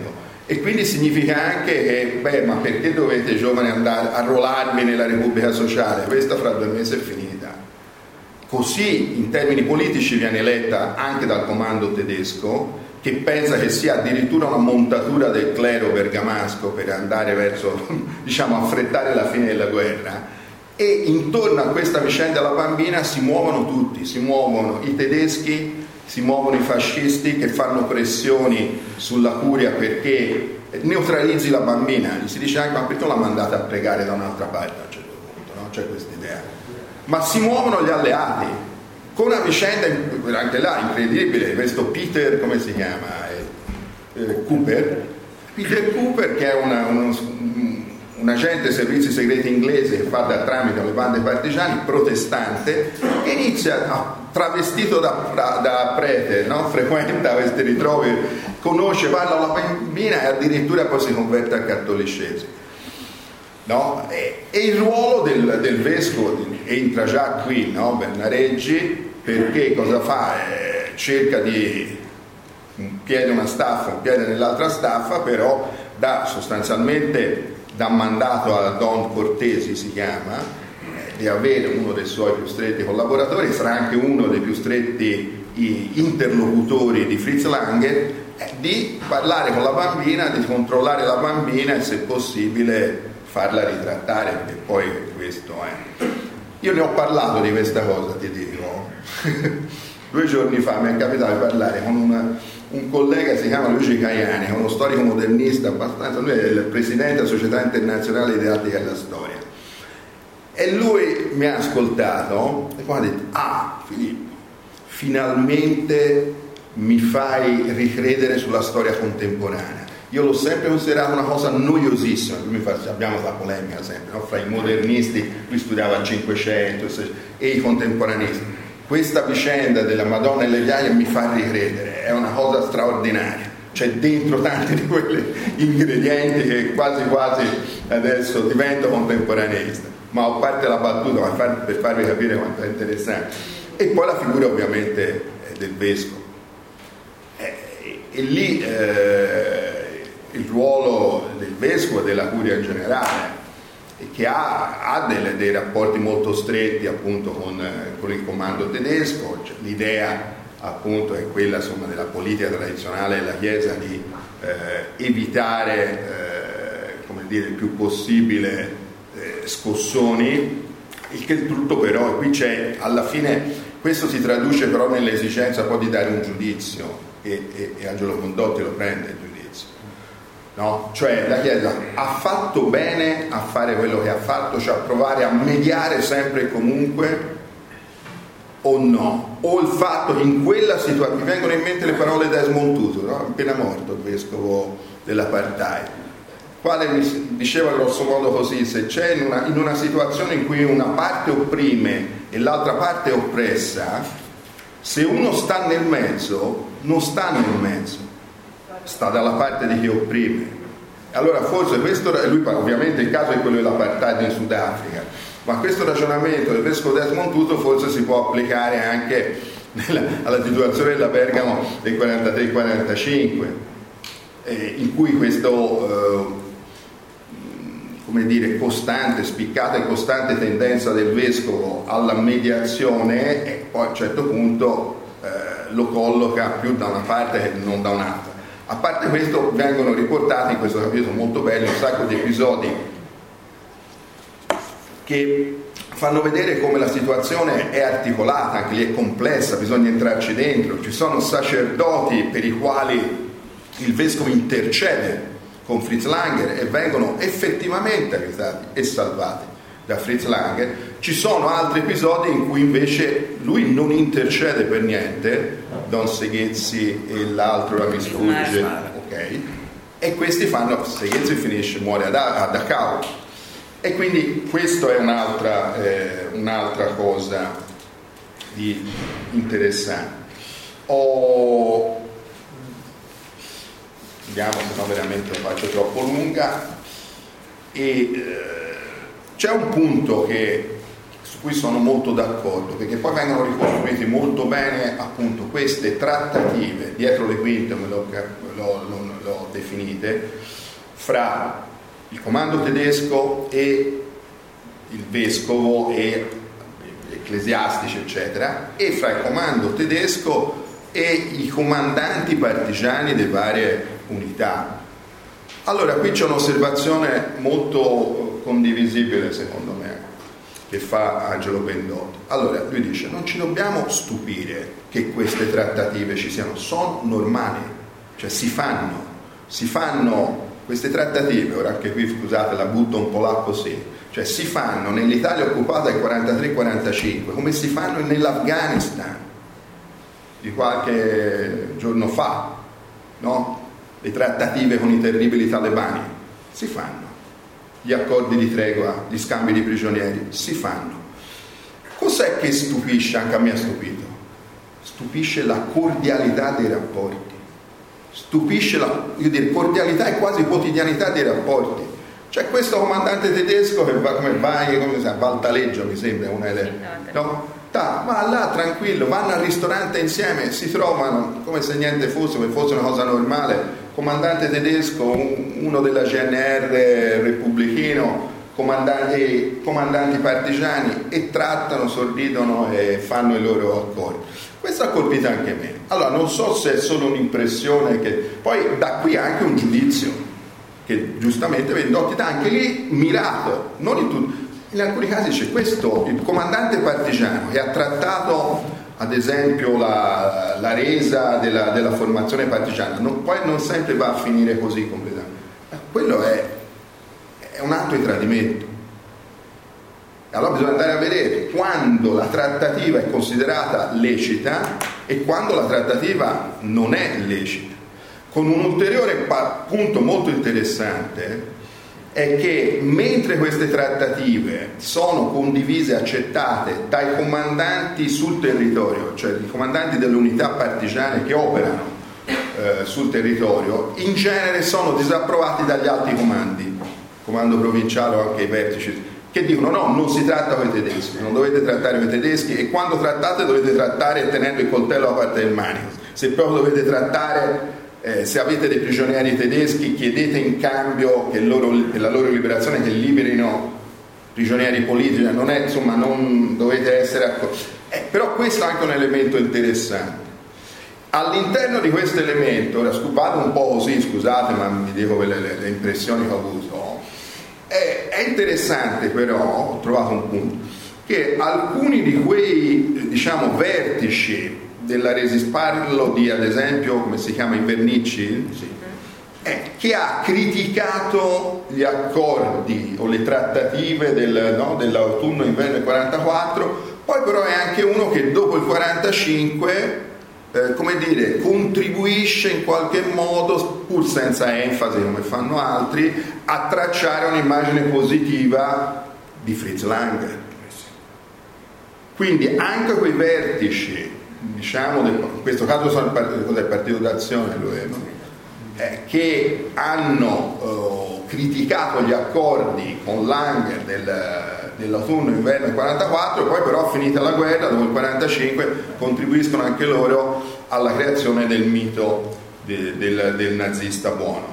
E quindi significa anche che, beh, ma perché dovete giovani andare a arruolarvi nella Repubblica Sociale? Questa fra due mesi è finita. Così in termini politici viene eletta anche dal comando tedesco, che pensa che sia addirittura una montatura del clero bergamasco per andare verso, diciamo, affrettare la fine della guerra. E intorno a questa vicenda della bambina si muovono tutti, si muovono i tedeschi, si muovono i fascisti che fanno pressioni sulla curia perché neutralizzi la bambina. Gli si dice anche: ma perché non l'ha mandata a pregare da un'altra parte a un certo punto, no? C'è questa idea. Ma si muovono gli alleati con una vicenda anche là incredibile. Questo Peter, come si chiama? Eh, eh, Cooper Peter Cooper, che è una, uno, un agente servizi segreti inglese che fa da tramite alle bande partigiane, protestante, che inizia a, travestito da, da, da prete, no? Frequenta questi ritrovi, conosce, parla alla bambina e addirittura poi si converte al cattolicesimo. No? E, e il ruolo del, del vescovo entra già qui, no? Bernareggi, perché cosa fa? Eh, cerca di un piede una staffa, un piede nell'altra staffa, però dà sostanzialmente dà mandato a Don Cortesi, si chiama, eh, di avere uno dei suoi più stretti collaboratori, sarà anche uno dei più stretti i, interlocutori di Fritz Langer, eh, di parlare con la bambina, di controllare la bambina e se possibile farla ritrattare, perché poi questo è. Io ne ho parlato di questa cosa, ti dico. Due giorni fa mi è capitato di parlare con una, un collega, si chiama Luigi Caiani, è uno storico modernista abbastanza, lui è il presidente della Società Internazionale di Didattica della Storia. E lui mi ha ascoltato e poi ha detto: ah, Filippo, finalmente mi fai ricredere sulla storia contemporanea. Io l'ho sempre considerato una cosa noiosissima. Lui mi fa, abbiamo la polemica sempre, no? Fra i modernisti, lui studiava il Cinquecento e i contemporaneisti. Questa vicenda della Madonna e le Ghiaie mi fa ricredere, è una cosa straordinaria. C'è dentro tanti di quegli ingredienti che quasi quasi adesso divento contemporaneista. Ma a parte la battuta, ma per farvi capire quanto è interessante. E poi la figura ovviamente del vescovo. E, e lì eh, il ruolo del vescovo e della curia in generale, che ha, ha delle, dei rapporti molto stretti appunto con, con il comando tedesco. Cioè, l'idea appunto è quella, insomma, della politica tradizionale della Chiesa di eh, evitare eh, come dire, il più possibile eh, scossoni, il che tutto però, e qui c'è alla fine, questo si traduce però nell'esigenza poi di dare un giudizio e, e, e Angelo Condotti lo prende il giudizio. No? Cioè la Chiesa ha fatto bene a fare quello che ha fatto, cioè a provare a mediare sempre e comunque, o no? O il fatto che in quella situazione, mi vengono in mente le parole di Desmond Tutu, no? Appena morto il vescovo dell'apartheid, quale mi diceva grosso modo così: se c'è in una, in una situazione in cui una parte opprime e l'altra parte è oppressa, se uno sta nel mezzo, non sta nel mezzo, sta dalla parte di chi opprime. Allora forse questo, lui ovviamente il caso è quello dell'apartheid in Sudafrica, ma questo ragionamento del vescovo Desmond Tutu forse si può applicare anche nella, alla situazione della Bergamo del quarantatré quarantacinque, eh, in cui questo eh, come dire, costante, spiccata e costante tendenza del vescovo alla mediazione, e poi a un certo punto eh, lo colloca più da una parte che non da un'altra. A parte questo, vengono riportati in questo capitolo molto bello un sacco di episodi che fanno vedere come la situazione è articolata, anche lì è complessa, bisogna entrarci dentro. Ci sono sacerdoti per i quali il vescovo intercede con Fritz Langer e vengono effettivamente aiutati e salvati da Fritz Langer. Ci sono altri episodi in cui invece lui non intercede per niente, Don Seghezzi e l'altro la mi sfugge, ok? E questi fanno, Seghezzi finisce, muore a, da- a Dachau, e quindi questo è un'altra, eh, un'altra cosa di interessante. Ho... Vediamo se no veramente lo faccio troppo lunga. E eh, c'è un punto che su cui sono molto d'accordo, perché poi vengono ricostruite molto bene appunto queste trattative dietro le quinte, come l'ho, l'ho, l'ho, l'ho definite, fra il comando tedesco e il vescovo e ecclesiastici eccetera, e fra il comando tedesco e i comandanti partigiani delle varie unità. Allora qui c'è un'osservazione molto condivisibile secondo me che fa Angelo Bendotti. Allora lui dice: non ci dobbiamo stupire che queste trattative ci siano, sono normali, cioè si fanno si fanno queste trattative. Ora anche qui scusate, la butto un po' là così, cioè si fanno nell'Italia occupata del quarantatré quarantacinque come si fanno nell'Afghanistan di qualche giorno fa, no? Le trattative con i terribili talebani si fanno, gli accordi di tregua, gli scambi di prigionieri si fanno. Cos'è che stupisce? Anche a me ha stupito, stupisce la cordialità dei rapporti, stupisce la io dire, cordialità e quasi quotidianità dei rapporti. C'è questo comandante tedesco che va come vai, come si chiama, Valtaleggio mi sembra, una delle, no? Ta, ma là tranquillo, vanno al ristorante insieme, si trovano come se niente fosse, come fosse una cosa normale. Comandante tedesco, uno della G N R repubblichino, comandanti, comandanti partigiani, e trattano, sorridono e fanno i loro accordi. Questo ha colpito anche me. Allora non so se è solo un'impressione, che poi da qui anche un giudizio che giustamente Bendotti dà anche lì mirato, non in tutti. In alcuni casi c'è questo, il comandante partigiano che ha trattato ad esempio la, la resa della, della formazione partigiana, non, poi non sempre va a finire così completamente. Quello è, è un atto di tradimento. Allora bisogna andare a vedere quando la trattativa è considerata lecita e quando la trattativa non è lecita. Con un ulteriore punto molto interessante è che mentre queste trattative sono condivise e accettate dai comandanti sul territorio, cioè i comandanti delle unità partigiane che operano eh, sul territorio, in genere sono disapprovati dagli alti comandi, comando provinciale o anche i vertici, che dicono no, non si tratta con i tedeschi, non dovete trattare con i tedeschi, e quando trattate dovete trattare tenendo il coltello da parte del manico. Se proprio dovete trattare, Eh, se avete dei prigionieri tedeschi, chiedete in cambio che loro, per la loro liberazione, che liberino prigionieri politici, non è, insomma, non dovete essere accorti. Eh, però questo è anche un elemento interessante. All'interno di questo elemento, ora scupate un po' così, scusate, ma vi dico le, le, le impressioni che ho avuto, è, è interessante però, ho trovato un punto, che alcuni di quei, diciamo, vertici della Resist, parlo di ad esempio, come si chiama, Invernicci, sì, eh, che ha criticato gli accordi o le trattative del, no, dell'autunno-inverno del quarantaquattro, poi però è anche uno che dopo il quarantacinque eh, come dire, contribuisce in qualche modo, pur senza enfasi come fanno altri, a tracciare un'immagine positiva di Fritz Lang. Quindi anche quei vertici, diciamo, in questo caso sono il partito, il partito d'Azione, eh, che hanno eh, criticato gli accordi con Langer del, dell'autunno-inverno del quarantaquattro, poi però finita la guerra, dopo il quarantacinque, contribuiscono anche loro alla creazione del mito de, del, del nazista buono.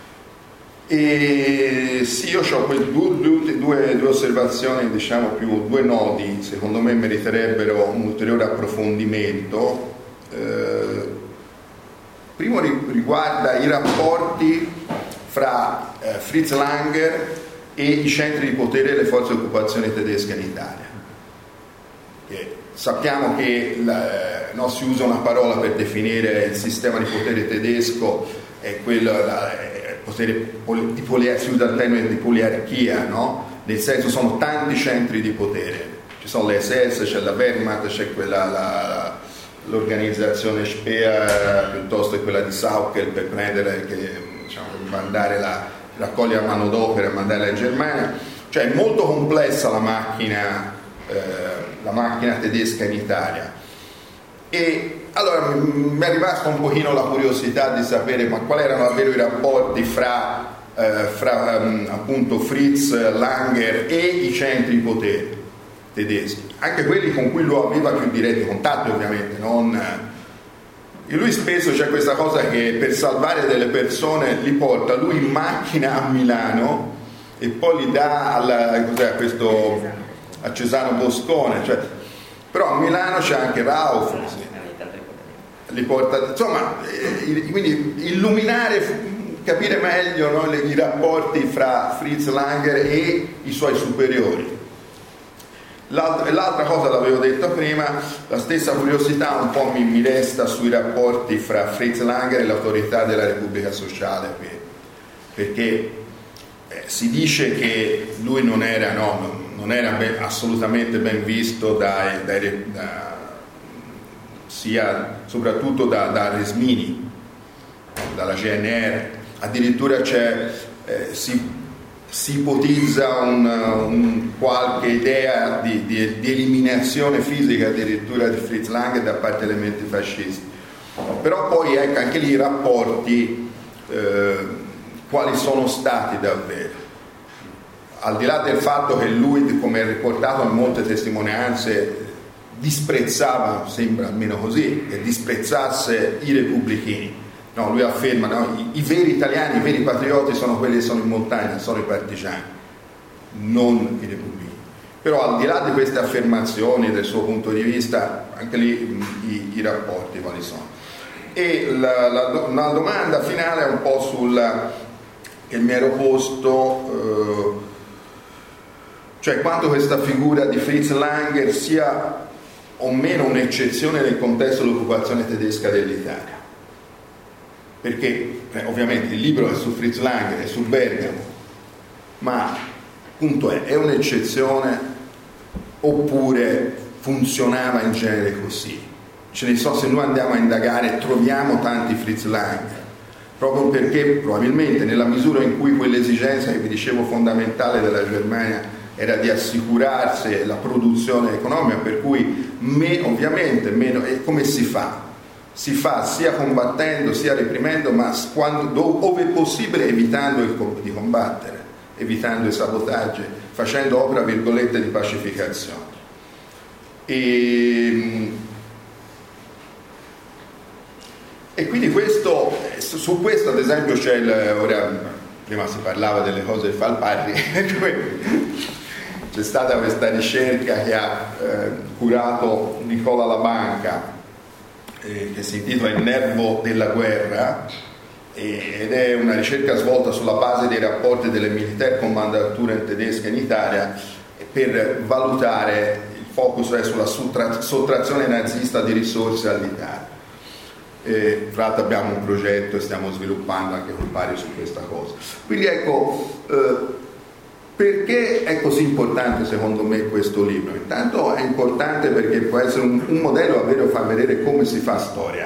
E sì, io ho quelle due, due, due, due osservazioni, diciamo più due nodi, secondo me meriterebbero un ulteriore approfondimento. Eh, primo riguarda i rapporti fra eh, Fritz Langer e i centri di potere e le forze di occupazione tedesche in Italia. Che sappiamo che la, no, si usa una parola per definire il sistema di potere tedesco, è quello, la, potere di poliarchia, si usa il termine di poliarchia, no? Nel senso, sono tanti centri di potere, ci sono le S S, c'è la Wehrmacht, c'è quella, la, l'organizzazione Spea, piuttosto che quella di Sauckel, per prendere, che, diciamo, mandare la, raccogliere la manodopera e mandarla in Germania. Cioè è molto complessa la macchina, eh, la macchina tedesca in Italia. E allora mi è rimasta un pochino la curiosità di sapere ma quali erano davvero i rapporti fra, eh, fra um, appunto Fritz Langer e i centri di potere. tedeschi, anche quelli con cui lui aveva più diretti contatti ovviamente, non... E lui spesso c'è questa cosa che per salvare delle persone li porta lui in macchina a Milano e poi li dà alla, cos'è, a questo a Cesano Boscone, cioè, però a Milano c'è anche Rauf, sì, li porta, insomma, eh, quindi illuminare, capire meglio, no, le, i rapporti fra Fritz Langer e i suoi superiori. L'altra, l'altra cosa l'avevo detto prima, la stessa curiosità un po' mi, mi resta sui rapporti fra Fritz Langer e l'autorità della Repubblica Sociale, perché eh, si dice che lui non era, no, non era ben, assolutamente ben visto dai, dai, da, sia soprattutto da, da Resmini, dalla C N R, addirittura c'è, eh, si si ipotizza un, un, qualche idea di, di, di eliminazione fisica addirittura di Fritz Langer da parte degli elementi fascisti. Però poi ecco anche lì i rapporti eh, quali sono stati davvero, al di là del fatto che lui, come è riportato in molte testimonianze, disprezzava, sembra almeno così, che disprezzasse i repubblichini. No, lui afferma, no, i, i veri italiani, i veri patrioti sono quelli che sono in montagna, sono i partigiani, non i repubblicani. Però al di là di queste affermazioni, del suo punto di vista, anche lì i, i rapporti quali sono. E la, la, una domanda finale è un po' sul che mi ero posto, eh, cioè quanto questa figura di Fritz Langer sia o meno un'eccezione nel contesto dell'occupazione tedesca dell'Italia. Perché eh, ovviamente il libro è su Fritz Langer, è su Bergamo, ma punto è, è un'eccezione oppure funzionava in genere così? Ce ne so, se noi andiamo a indagare troviamo tanti Fritz Langer, proprio perché probabilmente nella misura in cui quell'esigenza che vi dicevo fondamentale della Germania era di assicurarsi la produzione economica, per cui me, ovviamente meno, e come si fa? Si fa sia combattendo sia reprimendo, ma quando, ove possibile evitando il, di combattere, evitando i sabotaggi, facendo opera virgolette di pacificazione. E, e quindi questo, su questo ad esempio c'è il, ora prima si parlava delle cose di Falparri, c'è stata questa ricerca che ha eh, curato Nicola Labanca, che si intitola Il nervo della guerra, ed è una ricerca svolta sulla base dei rapporti delle Militärkommandanturen tedesche in Italia per valutare, il focus è sulla sottrazione nazista di risorse all'Italia. E, fra l'altro abbiamo un progetto e stiamo sviluppando anche con pari su questa cosa. Quindi ecco, eh, perché è così importante secondo me questo libro? Intanto è importante perché può essere un, un modello davvero far vedere come si fa storia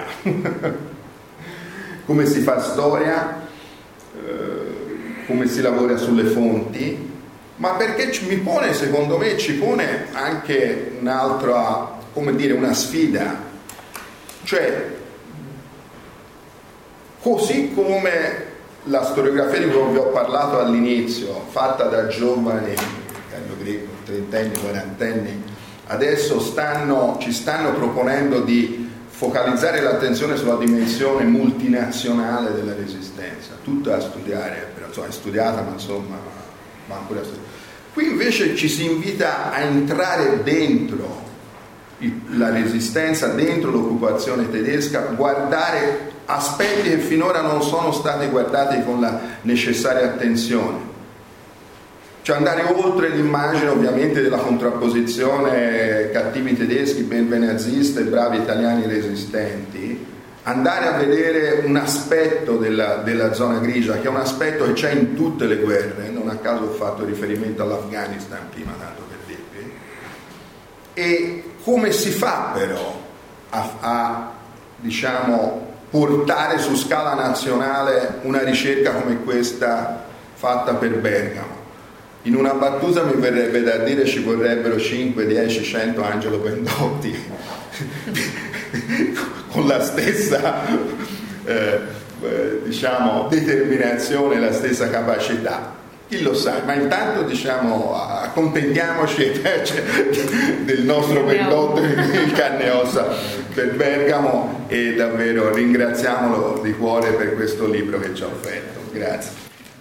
come si fa storia, eh, come si lavora sulle fonti, ma perché ci, mi pone, secondo me ci pone anche un'altra, come dire, una sfida, cioè così come la storiografia di cui vi ho parlato all'inizio, fatta da giovani, Carlo Greco, trentenni, quarantenni, adesso stanno, ci stanno proponendo di focalizzare l'attenzione sulla dimensione multinazionale della resistenza, tutta da studiare, però, insomma, è studiata, ma insomma, va ancora studiata. Qui invece ci si invita a entrare dentro la resistenza, dentro l'occupazione tedesca, guardare aspetti che finora non sono stati guardati con la necessaria attenzione, cioè andare oltre l'immagine ovviamente della contrapposizione cattivi tedeschi, ben nazista e bravi italiani resistenti, andare a vedere un aspetto della, della zona grigia, che è un aspetto che c'è in tutte le guerre, non a caso ho fatto riferimento all'Afghanistan prima, tanto per dirvi, e come si fa però a, a diciamo portare su scala nazionale una ricerca come questa fatta per Bergamo. In una battuta mi verrebbe da dire ci vorrebbero cinque, dieci, cento Angelo Bendotti con la stessa eh, diciamo determinazione, la stessa capacità. chi lo sa, ma intanto diciamo accontentiamoci del nostro vendotto in carne e ossa per Bergamo, e davvero ringraziamolo di cuore per questo libro che ci ha offerto. Grazie.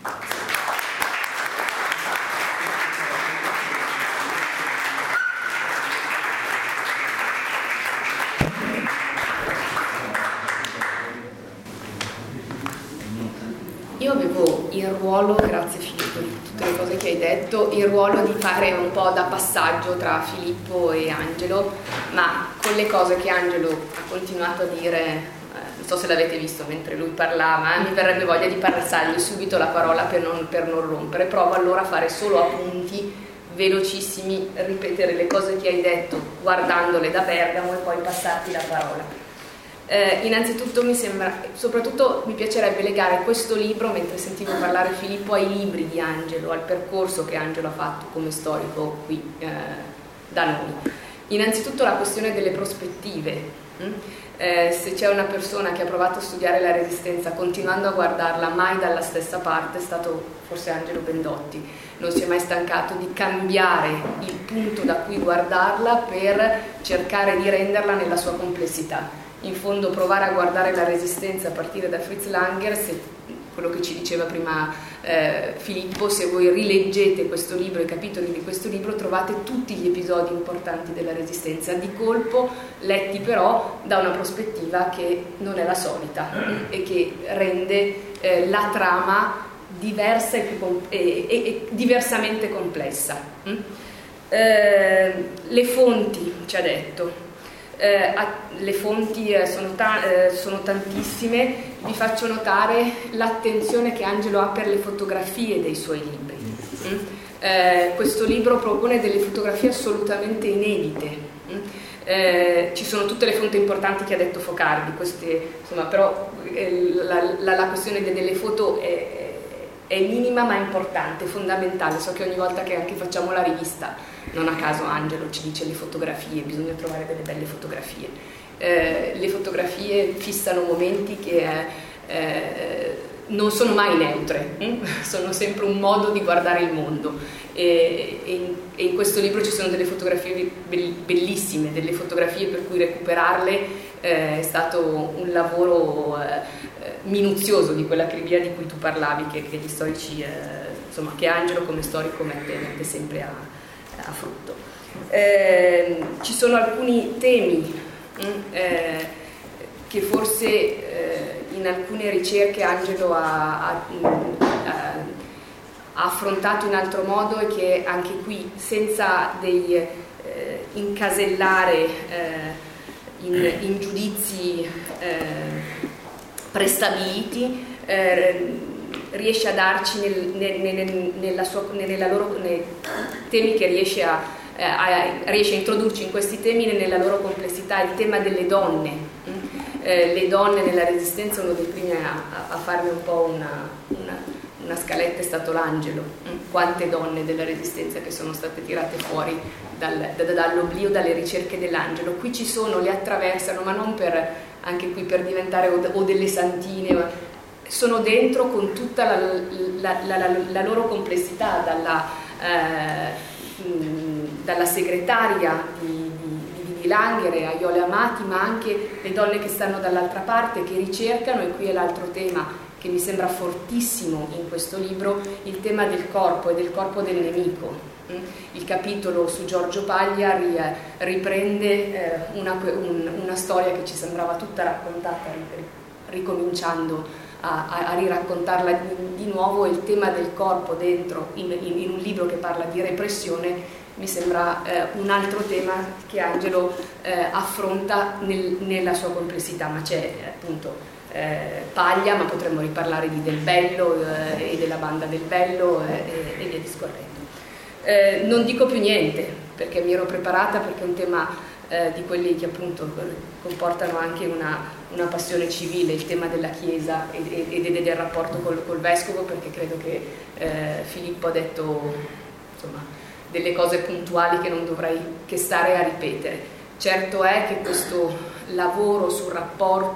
Io avevo il ruolo, grazie Filippo di tutte le cose che hai detto, il ruolo di fare un po' da passaggio tra Filippo e Angelo, ma con le cose che Angelo ha continuato a dire, eh, non so se l'avete visto mentre lui parlava, eh, mi verrebbe voglia di passargli subito la parola per non, per non rompere. Provo allora a fare solo appunti velocissimi, ripetere le cose che hai detto guardandole da Bergamo e poi passarti la parola. Eh, innanzitutto mi sembra, soprattutto mi piacerebbe legare questo libro, mentre sentivo parlare Filippo, ai libri di Angelo, al percorso che Angelo ha fatto come storico qui eh, da noi. Innanzitutto la questione delle prospettive. Mm? Eh, se c'è una persona che ha provato a studiare la Resistenza continuando a guardarla mai dalla stessa parte, è stato forse Angelo Bendotti. Non si è mai stancato di cambiare il punto da cui guardarla per cercare di renderla nella sua complessità. In fondo provare a guardare la Resistenza a partire da Fritz Langer, se, quello che ci diceva prima eh, Filippo, se voi rileggete questo libro, i capitoli di questo libro, trovate tutti gli episodi importanti della Resistenza, di colpo letti però da una prospettiva che non è la solita e che rende eh, la trama diversa e, più com- e, e, e diversamente complessa. Mm? Eh, le fonti, ci ha detto. Eh, le fonti eh, sono, ta- eh, sono tantissime. Vi faccio notare l'attenzione che Angelo ha per le fotografie dei suoi libri. Mm? Eh, questo libro propone delle fotografie assolutamente inedite. Mm? Eh, ci sono tutte le fonti importanti che ha detto Focardi, queste, insomma, però eh, la, la, la questione de- delle foto è, è minima ma importante, fondamentale. So che ogni volta che anche facciamo la rivista, non a caso Angelo ci dice le fotografie, bisogna trovare delle belle fotografie. Eh, le fotografie fissano momenti che eh, eh, non sono mai neutre, hm? sono sempre un modo di guardare il mondo. E, e, in, e in questo libro ci sono delle fotografie bellissime, delle fotografie per cui recuperarle eh, è stato un lavoro eh, minuzioso, di quella acribia di cui tu parlavi, che, che gli storici, eh, insomma, che Angelo come storico mette, mette sempre a, a frutto. Eh, ci sono alcuni temi mh, eh, che forse eh, in alcune ricerche Angelo ha, ha, ha, ha affrontato in altro modo, e che anche qui, senza dei eh, incasellare eh, in, in giudizi eh, prestabiliti, eh, riesce a darci nel, nel, nel, nella sua, nella loro, nei temi che riesce a, a, riesce a introdurci in questi temi nella loro complessità. Il tema delle donne, eh, le donne nella Resistenza, uno dei primi a, a farmi un po' una, una, una scaletta è stato l'Angelo. Quante donne della Resistenza che sono state tirate fuori dal, da, dall'oblio, dalle ricerche dell'Angelo. Qui ci sono, le attraversano, ma non per, anche qui per diventare o, o delle santine, ma sono dentro con tutta la, la, la, la, la loro complessità, dalla, eh, mh, dalla segretaria di, di, di Langer e Aiole Amati, ma anche le donne che stanno dall'altra parte, che ricercano. E qui è l'altro tema che mi sembra fortissimo in questo libro, il tema del corpo e del corpo del nemico. Il capitolo su Giorgio Paglia riprende eh, una, un, una storia che ci sembrava tutta raccontata, ricominciando a, a, a riraccontarla di, di nuovo. Il tema del corpo dentro in, in, in un libro che parla di repressione mi sembra eh, un altro tema che Angelo eh, affronta nel, nella sua complessità, ma c'è eh, appunto eh, Paglia, ma potremmo riparlare di Del Bello eh, e della banda Del Bello eh, e, e via discorrendo. Eh, non dico più niente perché mi ero preparata, perché è un tema eh, di quelli che appunto comportano anche una, una passione civile, il tema della Chiesa e, e, e del rapporto col, col Vescovo, perché credo che eh, Filippo ha detto, insomma, delle cose puntuali che non dovrei che stare a ripetere. Certo è che questo lavoro sul rapporto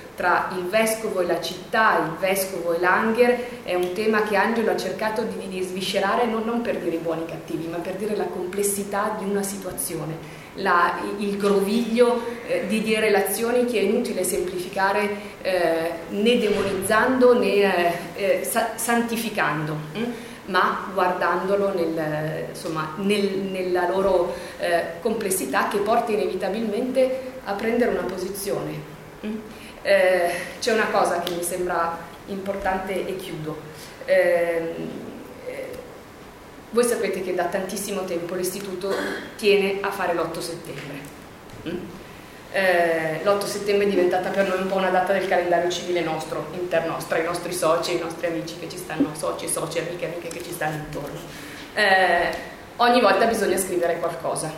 tra il vescovo e la città, il vescovo e l'Anger, è un tema che Angelo ha cercato di, di sviscerare non, non per dire i buoni e i cattivi, ma per dire la complessità di una situazione, la, il groviglio eh, di, di relazioni che è inutile semplificare eh, né demonizzando né eh, eh, sa- santificando. Hm? Ma guardandolo nel, insomma, nel, nella loro eh, complessità, che porta inevitabilmente a prendere una posizione. Mm? Eh, c'è una cosa che mi sembra importante e chiudo. Eh, eh, voi sapete che da tantissimo tempo l'Istituto tiene a fare l'otto settembre. Mm? Eh, l'otto settembre è diventata per noi un po' una data del calendario civile nostro, interno, tra i nostri soci e i nostri amici che ci stanno, soci, soci, amiche, amiche che ci stanno intorno. Eh, ogni volta bisogna scrivere qualcosa.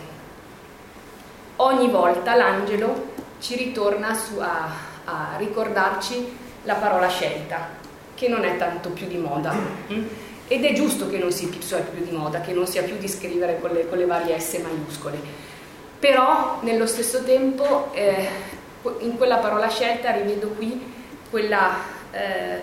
Ogni volta l'Angelo ci ritorna su a, a ricordarci la parola scelta, che non è tanto più di moda. Mm? Ed è giusto che non sia più di moda, che non sia più di scrivere con le, con le varie S maiuscole. Però nello stesso tempo eh, in quella parola scelta rivedo qui quella eh,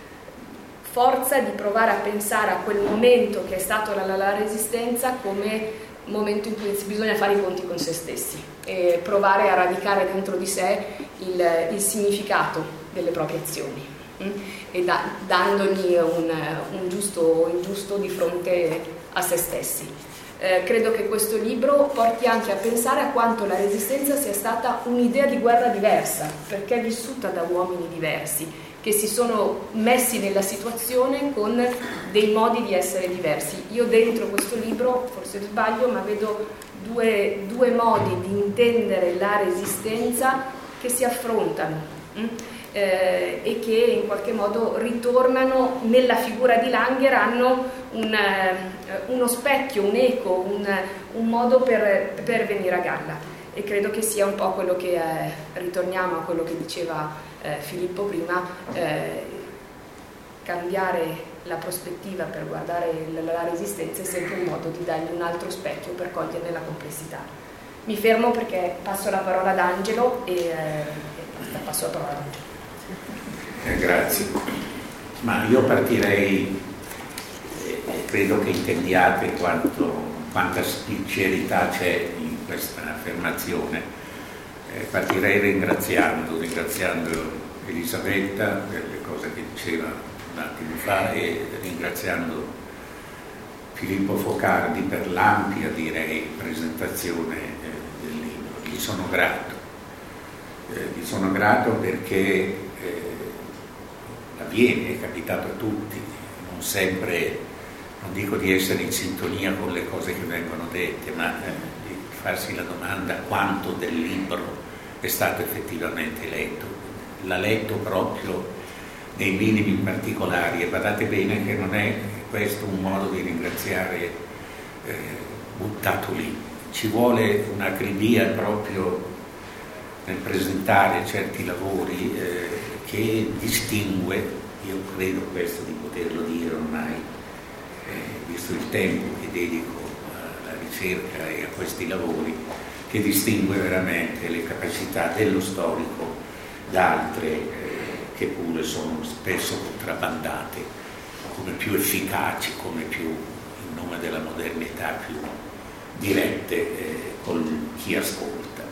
forza di provare a pensare a quel momento che è stato la, la, la Resistenza come momento in cui bisogna fare i conti con se stessi e provare a radicare dentro di sé il, il significato delle proprie azioni mh? e da, dandogli un, un giusto, un giusto di fronte a se stessi. Eh, credo che questo libro porti anche a pensare a quanto la Resistenza sia stata un'idea di guerra diversa, perché è vissuta da uomini diversi, che si sono messi nella situazione con dei modi di essere diversi. Io dentro questo libro, forse sbaglio, ma vedo due, due modi di intendere la Resistenza che si affrontano hm? eh, e che in qualche modo ritornano nella figura di Langer, hanno un, uno specchio, un eco, un, un modo per, per venire a galla, e credo che sia un po' quello che eh, ritorniamo a quello che diceva eh, Filippo prima, eh, cambiare la prospettiva per guardare la, la Resistenza è sempre un modo di dargli un altro specchio per coglierne la complessità. Mi fermo perché passo la parola ad Angelo e, eh, e basta, passo la parola ad Angelo. Eh, grazie, ma io partirei, credo che intendiate quanto, quanta sincerità c'è in questa affermazione. Eh, partirei ringraziando, ringraziando Elisabetta per le cose che diceva un attimo fa e ringraziando Filippo Focardi per l'ampia, direi, presentazione eh, del libro. Gli sono grato. Eh, gli sono grato perché eh, avviene, è capitato a tutti, non sempre. Non dico di essere in sintonia con le cose che vengono dette, ma eh, di farsi la domanda quanto del libro è stato effettivamente letto. L'ha letto proprio nei minimi particolari, e badate bene che non è questo un modo di ringraziare eh, buttato lì. Ci vuole un'acribia proprio nel presentare certi lavori eh, che distingue, io credo questo di poterlo dire ormai, Eh, visto il tempo che dedico alla ricerca e a questi lavori, che distingue veramente le capacità dello storico da altre eh, che pure sono spesso contrabbandate come più efficaci, come più in nome della modernità, più dirette eh, con chi ascolta.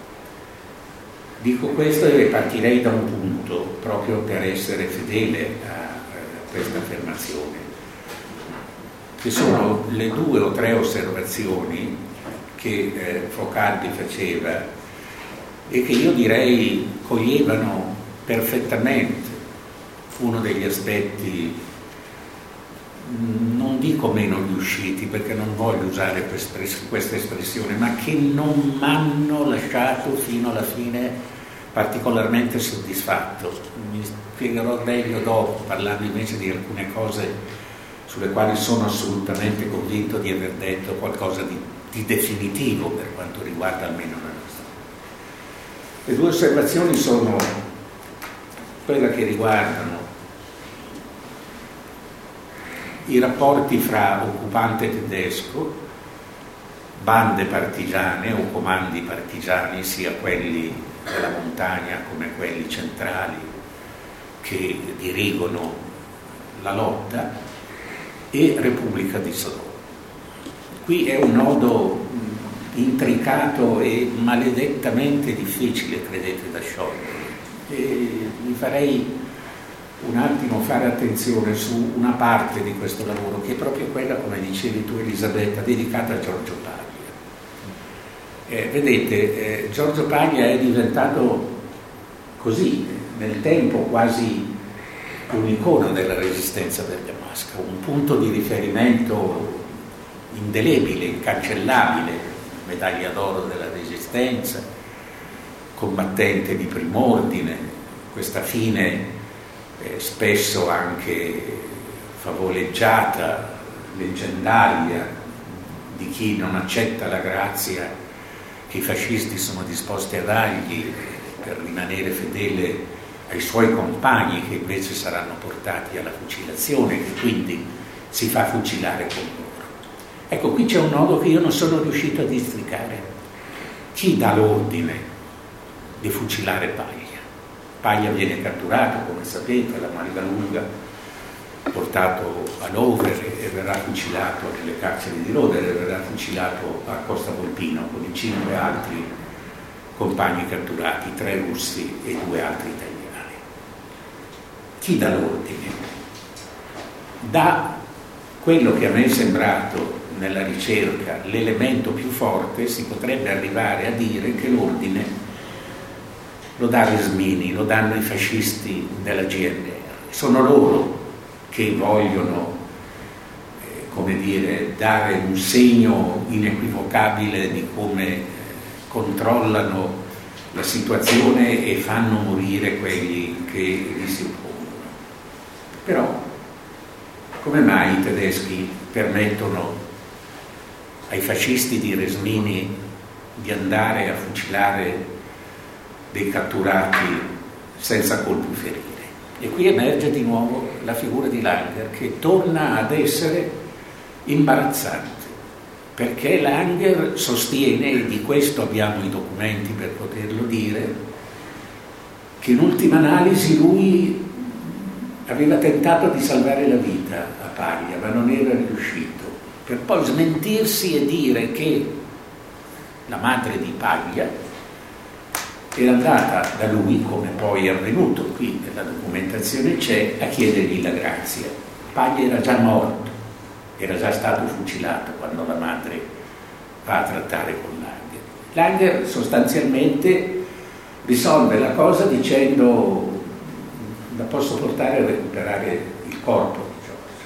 Dico questo e partirei da un punto proprio per essere fedele a, a questa affermazione, che sono le due o tre osservazioni che eh, Focardi faceva e che io direi coglievano perfettamente uno degli aspetti, non dico meno riusciti perché non voglio usare questa espressione, ma che non mi hanno lasciato fino alla fine particolarmente soddisfatto. Mi spiegherò meglio dopo, parlando invece di alcune cose sulle quali sono assolutamente convinto di aver detto qualcosa di, di definitivo per quanto riguarda almeno la nostra. Le due osservazioni sono quelle che riguardano i rapporti fra occupante tedesco, bande partigiane o comandi partigiani, sia quelli della montagna come quelli centrali che dirigono la lotta e Repubblica di Salò. Qui è un nodo intricato e maledettamente difficile, credete, da sciogliere. E vi farei un attimo fare attenzione su una parte di questo lavoro, che è proprio quella, come dicevi tu Elisabetta, dedicata a Giorgio Paglia. Eh, vedete, eh, Giorgio Paglia è diventato così, nel tempo, quasi un'icona della resistenza bergamasca, un punto di riferimento indelebile, incancellabile, medaglia d'oro della resistenza, combattente di prim'ordine, questa fine eh, spesso anche favoleggiata, leggendaria, di chi non accetta la grazia che i fascisti sono disposti a dargli per rimanere fedele ai suoi compagni, che invece saranno portati alla fucilazione, e quindi si fa fucilare con loro. Ecco, qui c'è un nodo che io non sono riuscito a districare. Chi dà l'ordine di fucilare Paglia? Paglia viene catturato, come sapete, alla Malgalunga, portato a Lover e verrà fucilato nelle carceri di Lover e verrà fucilato a Costa Volpino con i cinque altri compagni catturati, tre russi e due altri italiani. Chi dà l'ordine? Da quello che a me è sembrato nella ricerca l'elemento più forte, si potrebbe arrivare a dire che l'ordine lo dà Resmini, lo danno i fascisti della G N R. Sono loro che vogliono, eh, come dire, dare un segno inequivocabile di come controllano la situazione e fanno morire quelli che gli si oppongono. Però, come mai i tedeschi permettono ai fascisti di Resmini di andare a fucilare dei catturati senza colpi ferire? E qui emerge di nuovo la figura di Langer, che torna ad essere imbarazzante, perché Langer sostiene, e di questo abbiamo i documenti per poterlo dire, che in ultima analisi lui aveva tentato di salvare la vita a Paglia, ma non era riuscito, per poi smentirsi e dire che la madre di Paglia era andata da lui, come poi è avvenuto, qui nella documentazione c'è, a chiedergli la grazia. Paglia era già morto, era già stato fucilato quando la madre va a trattare con Langer. Langer sostanzialmente risolve la cosa dicendo: la posso portare a recuperare il corpo di Giorgio.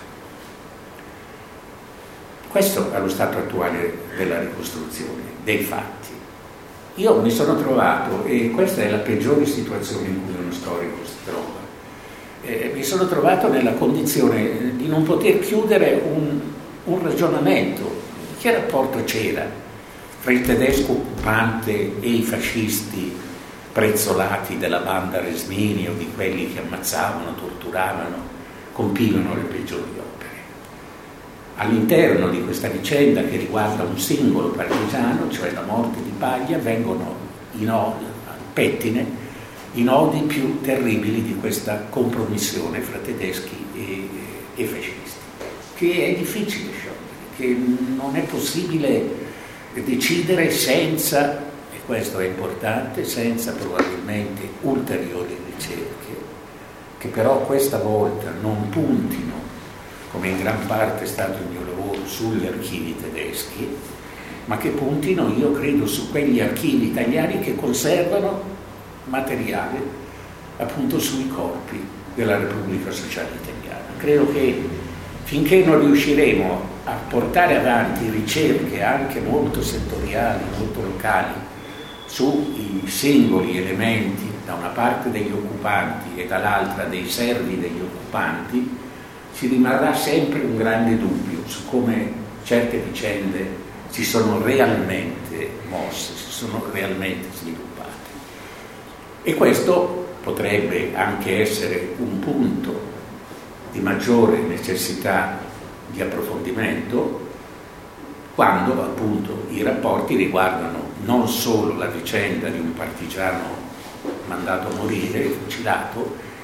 Questo è lo stato attuale della ricostruzione dei fatti. Io mi sono trovato, e questa è la peggiore situazione in cui uno storico si trova, eh, mi sono trovato nella condizione di non poter chiudere un, un ragionamento. Che rapporto c'era tra il tedesco occupante e i fascisti prezzolati della banda Resmini o di quelli che ammazzavano, torturavano, compivano le peggiori opere? All'interno di questa vicenda, che riguarda un singolo partigiano, cioè la morte di Paglia, vengono i nodi, al pettine, i nodi più terribili di questa compromissione fra tedeschi e, e fascisti, che è difficile sciogliere, che non è possibile decidere senza, e questo è importante, senza probabilmente ulteriori ricerche, che però questa volta non puntino, come in gran parte è stato il mio lavoro, sugli archivi tedeschi, ma che puntino, io credo, su quegli archivi italiani che conservano materiale appunto sui corpi della Repubblica Sociale Italiana. Credo che finché non riusciremo a portare avanti ricerche anche molto settoriali, molto locali, sui singoli elementi, da una parte degli occupanti e dall'altra dei servi degli occupanti, ci rimarrà sempre un grande dubbio su come certe vicende si sono realmente mosse, si sono realmente sviluppate. E questo potrebbe anche essere un punto di maggiore necessità di approfondimento quando appunto i rapporti riguardano non solo la vicenda di un partigiano mandato a morire, fucilato,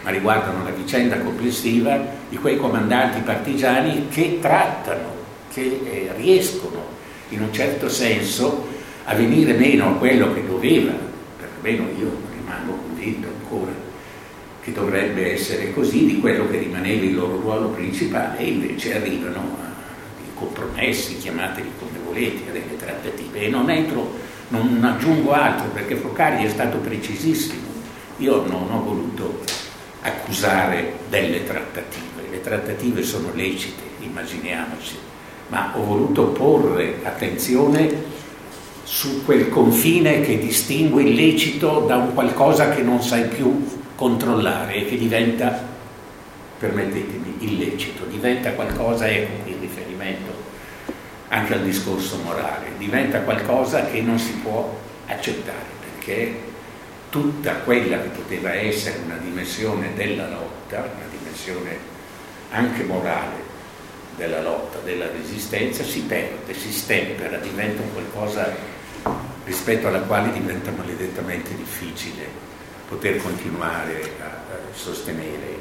ma riguardano la vicenda complessiva di quei comandanti partigiani che trattano, che eh, riescono in un certo senso a venire meno a quello che doveva, perlomeno io rimango convinto ancora che dovrebbe essere così, di quello che rimaneva il loro ruolo principale, e invece arrivano a dei compromessi, chiamateli come volete, a delle trattative. E non entro, non aggiungo altro, perché Focari è stato precisissimo. Io non ho voluto accusare delle trattative, le trattative sono lecite, immaginiamoci, ma ho voluto porre attenzione su quel confine che distingue il lecito da un qualcosa che non sai più controllare e che diventa, permettetemi, illecito, diventa qualcosa, ecco qui il riferimento anche al discorso morale, diventa qualcosa che non si può accettare, perché tutta quella che poteva essere una dimensione della lotta, una dimensione anche morale della lotta, della resistenza, si perde, si stempera, diventa un qualcosa rispetto alla quale diventa maledettamente difficile poter continuare a, a sostenere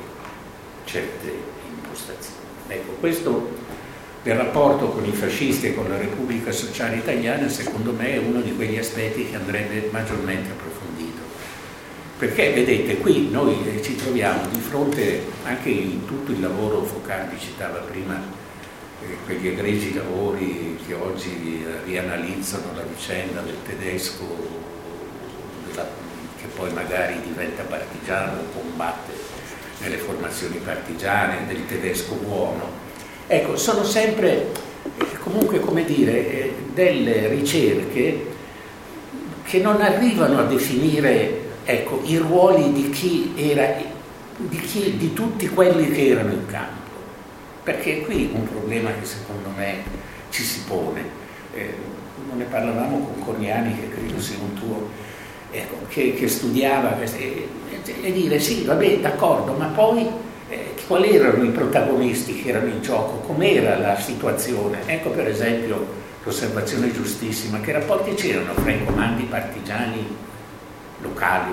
certe impostazioni. Ecco, questo del rapporto con i fascisti e con la Repubblica Sociale Italiana, secondo me, è uno di quegli aspetti che andrebbe maggiormente approfondito. Perché, vedete, qui noi ci troviamo di fronte, anche in tutto il lavoro, Focardi citava prima eh, quegli egregi lavori che oggi rianalizzano la vicenda del tedesco, della che poi magari diventa partigiano o combatte nelle formazioni partigiane, del tedesco buono. Ecco, sono sempre, comunque, come dire, delle ricerche che non arrivano a definire, ecco, i ruoli di chi era, di, chi, di tutti quelli che erano in campo. Perché qui un problema che secondo me ci si pone. Eh, ne parlavamo con Corniani, che credo sia un tuo... Ecco, che, che studiava e, e dire sì, vabbè, d'accordo, ma poi eh, quali erano i protagonisti che erano in gioco, com'era la situazione? Ecco, per esempio, l'osservazione giustissima, che rapporti c'erano fra i comandi partigiani locali,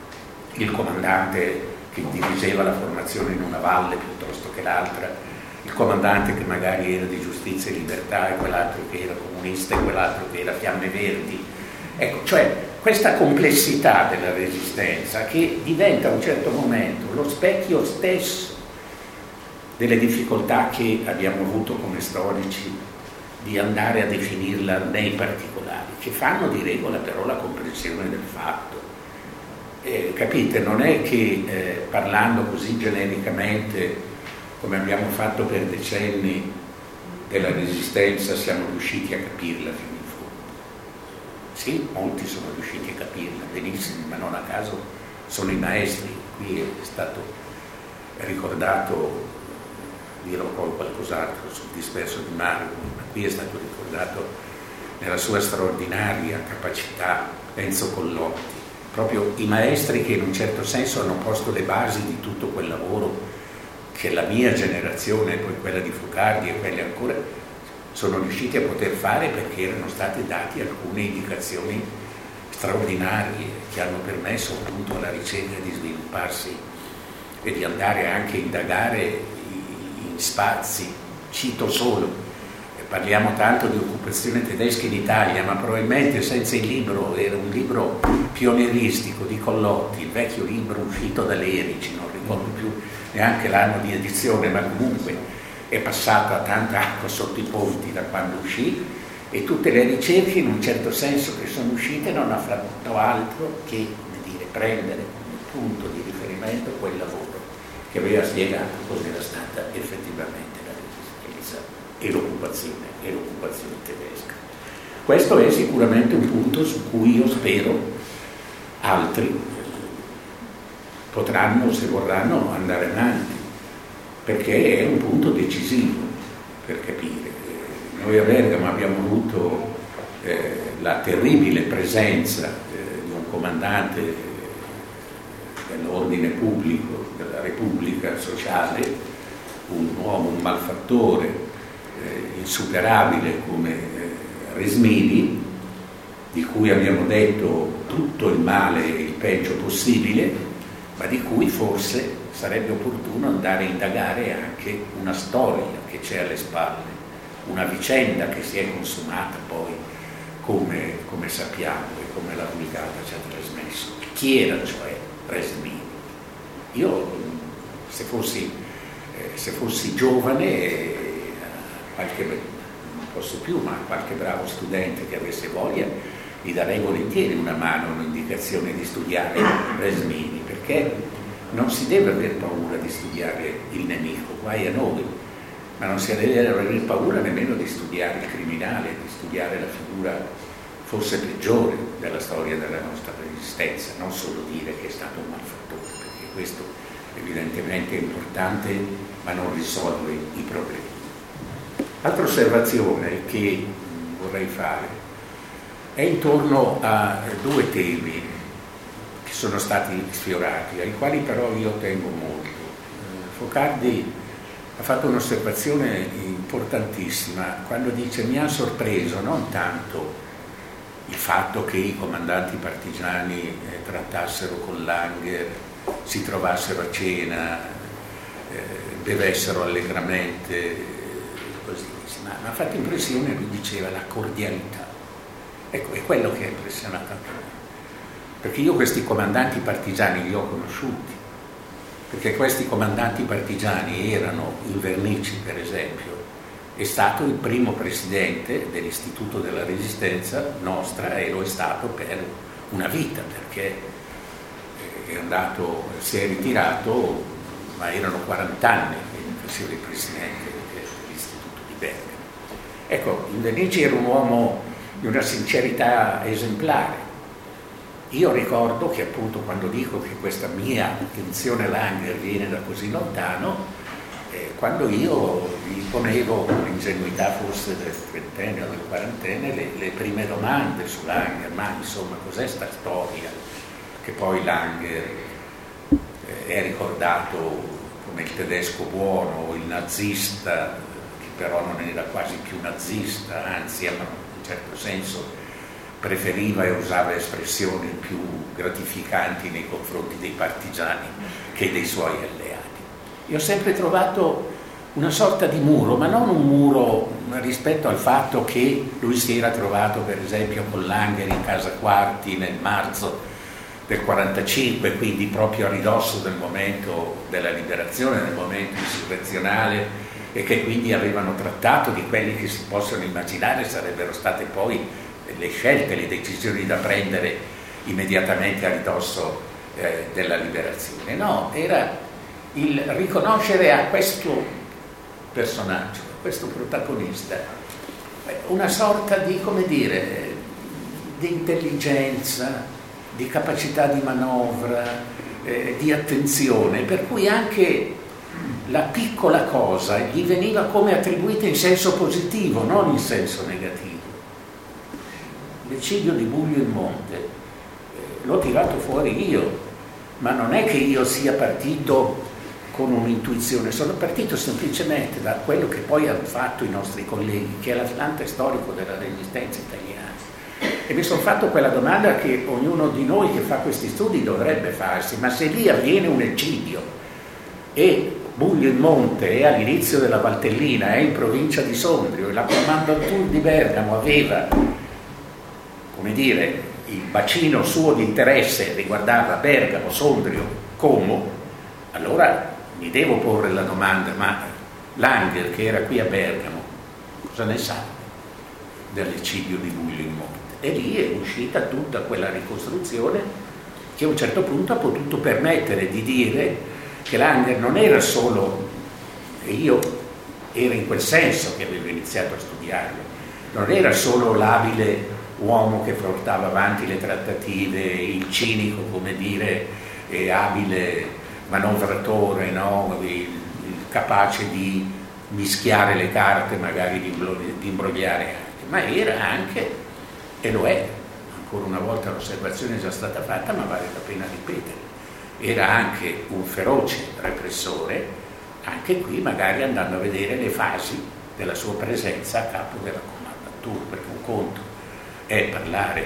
il comandante che dirigeva la formazione in una valle piuttosto che l'altra, il comandante che magari era di Giustizia e Libertà e quell'altro che era comunista e quell'altro che era Fiamme Verdi. Ecco, cioè questa complessità della resistenza che diventa a un certo momento lo specchio stesso delle difficoltà che abbiamo avuto come storici di andare a definirla nei particolari, che fanno di regola però la comprensione del fatto. Eh, capite, non è che eh, parlando così genericamente, come abbiamo fatto per decenni, della resistenza siamo riusciti a capirla fino in fondo. Sì, molti sono riusciti a capirla benissimo, ma non a caso sono i maestri. Qui è stato ricordato, dirò poi qualcos'altro sul disperso di Marco, ma qui è stato ricordato nella sua straordinaria capacità Enzo Collotti, proprio i maestri che in un certo senso hanno posto le basi di tutto quel lavoro che la mia generazione, poi quella di Focardi e quelle ancora, sono riusciti a poter fare perché erano state date alcune indicazioni straordinarie che hanno permesso appunto alla ricerca di svilupparsi e di andare anche a indagare in spazi. Cito solo, parliamo tanto di occupazione tedesca in Italia, ma probabilmente senza il libro, era un libro pionieristico di Collotti, il vecchio libro uscito da Lerici, non ricordo più neanche l'anno di edizione, ma comunque è passato a tanta acqua sotto i ponti da quando uscì, e tutte le ricerche in un certo senso che sono uscite non hanno fatto altro che, come dire, prendere come punto di riferimento quel lavoro che aveva spiegato cos'era stata effettivamente la resistenza e l'occupazione, e l'occupazione tedesca. Questo è sicuramente un punto su cui io spero altri potranno, se vorranno, andare avanti, perché è un punto decisivo per capire. Noi a Bergamo abbiamo avuto eh, la terribile presenza eh, di un comandante dell'ordine pubblico della Repubblica Sociale, un uomo, un malfattore eh, insuperabile come eh, Resmini, di cui abbiamo detto tutto il male e il peggio possibile, ma di cui forse sarebbe opportuno andare a indagare anche una storia che c'è alle spalle, una vicenda che si è consumata poi come, come sappiamo e come la Vulgata ci ha trasmesso. Chi era cioè Resmini? Io se fossi, eh, se fossi giovane, eh, qualche, non posso più, ma qualche bravo studente che avesse voglia, gli darei volentieri una mano, un'indicazione di studiare Resmini, perché non si deve aver paura di studiare il nemico, guai a noi, ma non si deve avere paura nemmeno di studiare il criminale, di studiare la figura forse peggiore della storia della nostra resistenza, non solo dire che è stato un malfattore, perché questo evidentemente è importante, ma non risolve i problemi. Altra osservazione che vorrei fare è intorno a due temi che sono stati sfiorati, ai quali però io tengo molto. Focardi ha fatto un'osservazione importantissima quando dice: mi ha sorpreso non tanto il fatto che i comandanti partigiani eh, trattassero con Langer, si trovassero a cena, eh, bevessero allegramente, eh, così, ma mi ha fatto impressione, lui diceva, la cordialità. Ecco, è quello che ha impressionato anche me, perché io questi comandanti partigiani li ho conosciuti, perché questi comandanti partigiani erano il Vernici, per esempio, è stato il primo presidente dell'Istituto della Resistenza nostra e lo è stato per una vita, perché è andato, si è ritirato, ma erano quaranta anni che faceva il presidente dell'Istituto di Bergamo. Ecco, il Vernici era un uomo di una sincerità esemplare. Io ricordo che appunto quando dico che questa mia attenzione Langer viene da così lontano, eh, quando io gli ponevo con l'ingenuità forse del trentenne o del quarantenne le, le prime domande su Langer, ma insomma cos'è sta storia che poi Langer eh, è ricordato come il tedesco buono, il nazista, che però non era quasi più nazista, anzi in un certo senso preferiva e usava espressioni più gratificanti nei confronti dei partigiani che dei suoi alleati. Io ho sempre trovato una sorta di muro, ma non un muro rispetto al fatto che lui si era trovato per esempio con Langer in casa Quarti nel marzo del quarantacinque, quindi proprio a ridosso del momento della liberazione, del momento insurrezionale, e che quindi avevano trattato di quelli che si possono immaginare sarebbero state poi le scelte, le decisioni da prendere immediatamente a ridosso eh, della liberazione. No, era il riconoscere a questo personaggio, a questo protagonista, una sorta di, come dire, di intelligenza, di capacità di manovra, eh, di attenzione, per cui anche la piccola cosa gli veniva come attribuita in senso positivo, non in senso negativo. L'eccidio di Buglio in Monte eh, l'ho tirato fuori io, ma non è che io sia partito con un'intuizione, sono partito semplicemente da quello che poi hanno fatto i nostri colleghi, che è l'Atlante storico della Resistenza italiana, e mi sono fatto quella domanda che ognuno di noi che fa questi studi dovrebbe farsi: ma se lì avviene un eccidio e Buglio in Monte è all'inizio della Valtellina, è in provincia di Sondrio, e la Kommandantur di Bergamo aveva, come dire, il bacino suo di interesse riguardava Bergamo, Sondrio, Como, allora mi devo porre la domanda: ma Langer, che era qui a Bergamo, cosa ne sa dell'eccidio di Buglio in Monte? E lì è uscita tutta quella ricostruzione che a un certo punto ha potuto permettere di dire che Langer non era solo, e io era in quel senso che avevo iniziato a studiarlo, non era solo l'abile uomo che portava avanti le trattative, il cinico, come dire, e abile manovratore, no? il, il capace di mischiare le carte, magari di, di imbrogliare anche, ma era anche, e lo è, ancora una volta l'osservazione è già stata fatta, ma vale la pena ripetere, era anche un feroce repressore, anche qui magari andando a vedere le fasi della sua presenza a capo della Kommandantur, perché un conto è parlare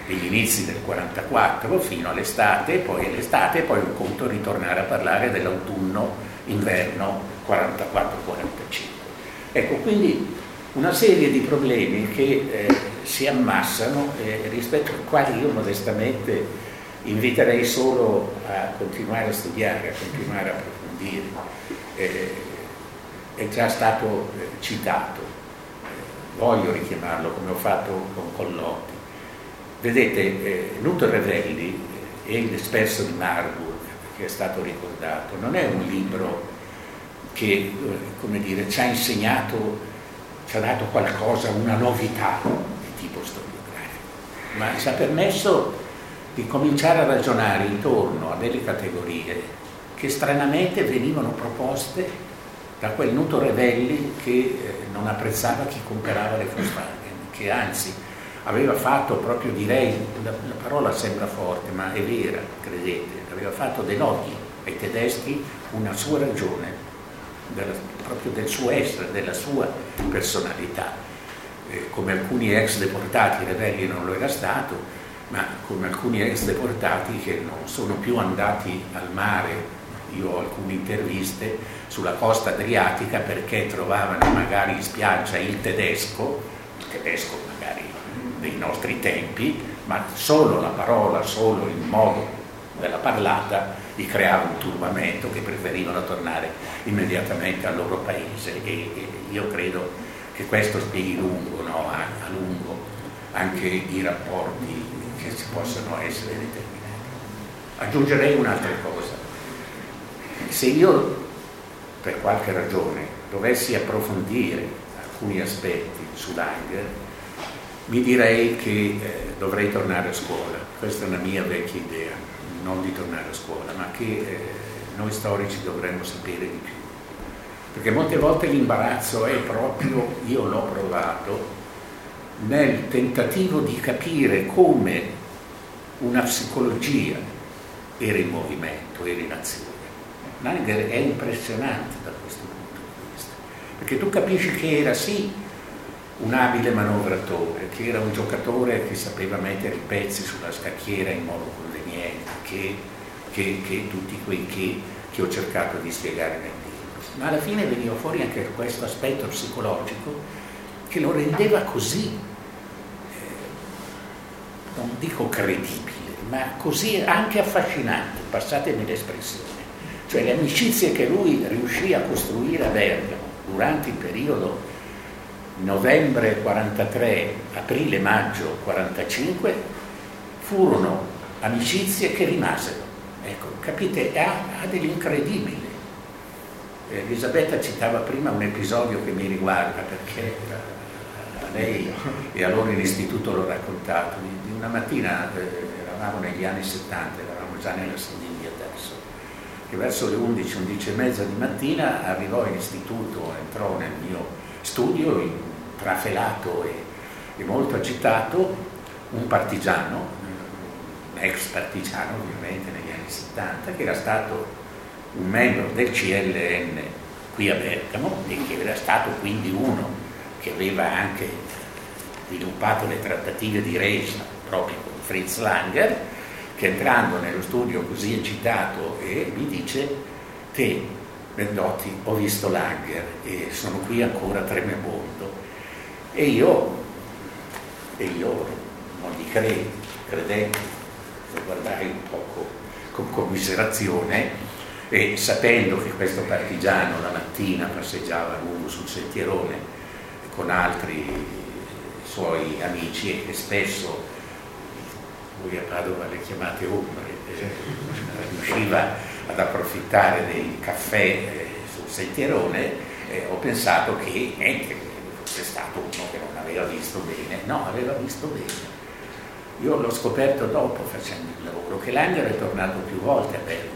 degli inizi del quarantaquattro fino all'estate, poi all'estate, poi un conto ritornare a parlare dell'autunno-inverno quarantaquattro quarantacinque. Ecco, quindi una serie di problemi che eh, si ammassano eh, rispetto ai quali io modestamente inviterei solo a continuare a studiare, a continuare a approfondire. Eh, è già stato eh, citato, eh, voglio richiamarlo come ho fatto con Collotti. Vedete, eh, Nuto Revelli eh, e il disperso di Marburg, che è stato ricordato, non è un libro che, eh, come dire, ci ha insegnato, ci ha dato qualcosa, una novità di tipo storiografico, ma ci ha permesso di cominciare a ragionare intorno a delle categorie che stranamente venivano proposte da quel Nuto Revelli che eh, non apprezzava chi comprava le Volkswagen, che anzi aveva fatto proprio, direi, la, la parola sembra forte, ma è vera, credete, aveva fatto dell'odio ai tedeschi una sua ragione, della, proprio del suo essere, della sua personalità. Eh, come alcuni ex deportati, Revelli non lo era stato, ma come alcuni ex deportati che non sono più andati al mare. Io ho alcune interviste sulla costa adriatica perché trovavano magari in spiaggia il tedesco, il tedesco magari dei nostri tempi, ma solo la parola, solo il modo della parlata gli creava un turbamento, che preferivano tornare immediatamente al loro paese, e, e io credo che questo spieghi lungo, no? a, a lungo anche i rapporti che si possano essere determinati. Aggiungerei un'altra cosa: se io per qualche ragione dovessi approfondire alcuni aspetti su Langer, mi direi che eh, dovrei tornare a scuola. Questa è una mia vecchia idea, non di tornare a scuola, ma che eh, noi storici dovremmo sapere di più. Perché molte volte l'imbarazzo è proprio, io l'ho provato, nel tentativo di capire come una psicologia era in movimento, era in azione. Langer è impressionante da questo punto di vista, perché tu capisci che era sì un abile manovratore, che era un giocatore che sapeva mettere i pezzi sulla scacchiera in modo conveniente, che, che, che tutti quei che, che ho cercato di spiegare nel libro. Ma alla fine veniva fuori anche questo aspetto psicologico che lo rendeva così, eh, non dico credibile, ma così anche affascinante, passatemi l'espressione. Cioè le amicizie che lui riuscì a costruire a Bergamo durante il periodo novembre quarantatré, aprile-maggio quarantacinque furono amicizie che rimasero. Ecco, capite, ha, ha dell'incredibile. Eh, Elisabetta citava prima un episodio che mi riguarda, perché a lei e allora in istituto l'ho raccontato. Di, di una mattina, eh, eravamo negli anni settanta, eravamo già nella Sardegna adesso, che verso le undici, undici e mezza di mattina arrivò in istituto, entrò nel mio studio, trafelato e, e molto agitato, un partigiano, un ex partigiano ovviamente negli anni settanta, che era stato un membro del C L N qui a Bergamo e che era stato quindi uno che aveva anche sviluppato le trattative di Regia proprio con Fritz Langer, che entrando nello studio così agitato e mi dice: te Berdotti, ho visto Langer e sono qui ancora tremebondo. E io, e io non gli credi, credenti, lo guardai un poco con commiserazione, e sapendo che questo partigiano la mattina passeggiava lungo sul sentierone con altri suoi amici e spesso, lui a Padova le chiamate ombre, eh, riusciva ad approfittare dei caffè eh, sul sentierone, eh, ho pensato che niente, fosse stato uno che non aveva visto bene. No, aveva visto bene. Io l'ho scoperto dopo, facendo il lavoro, che Langer è tornato più volte a Bergamo.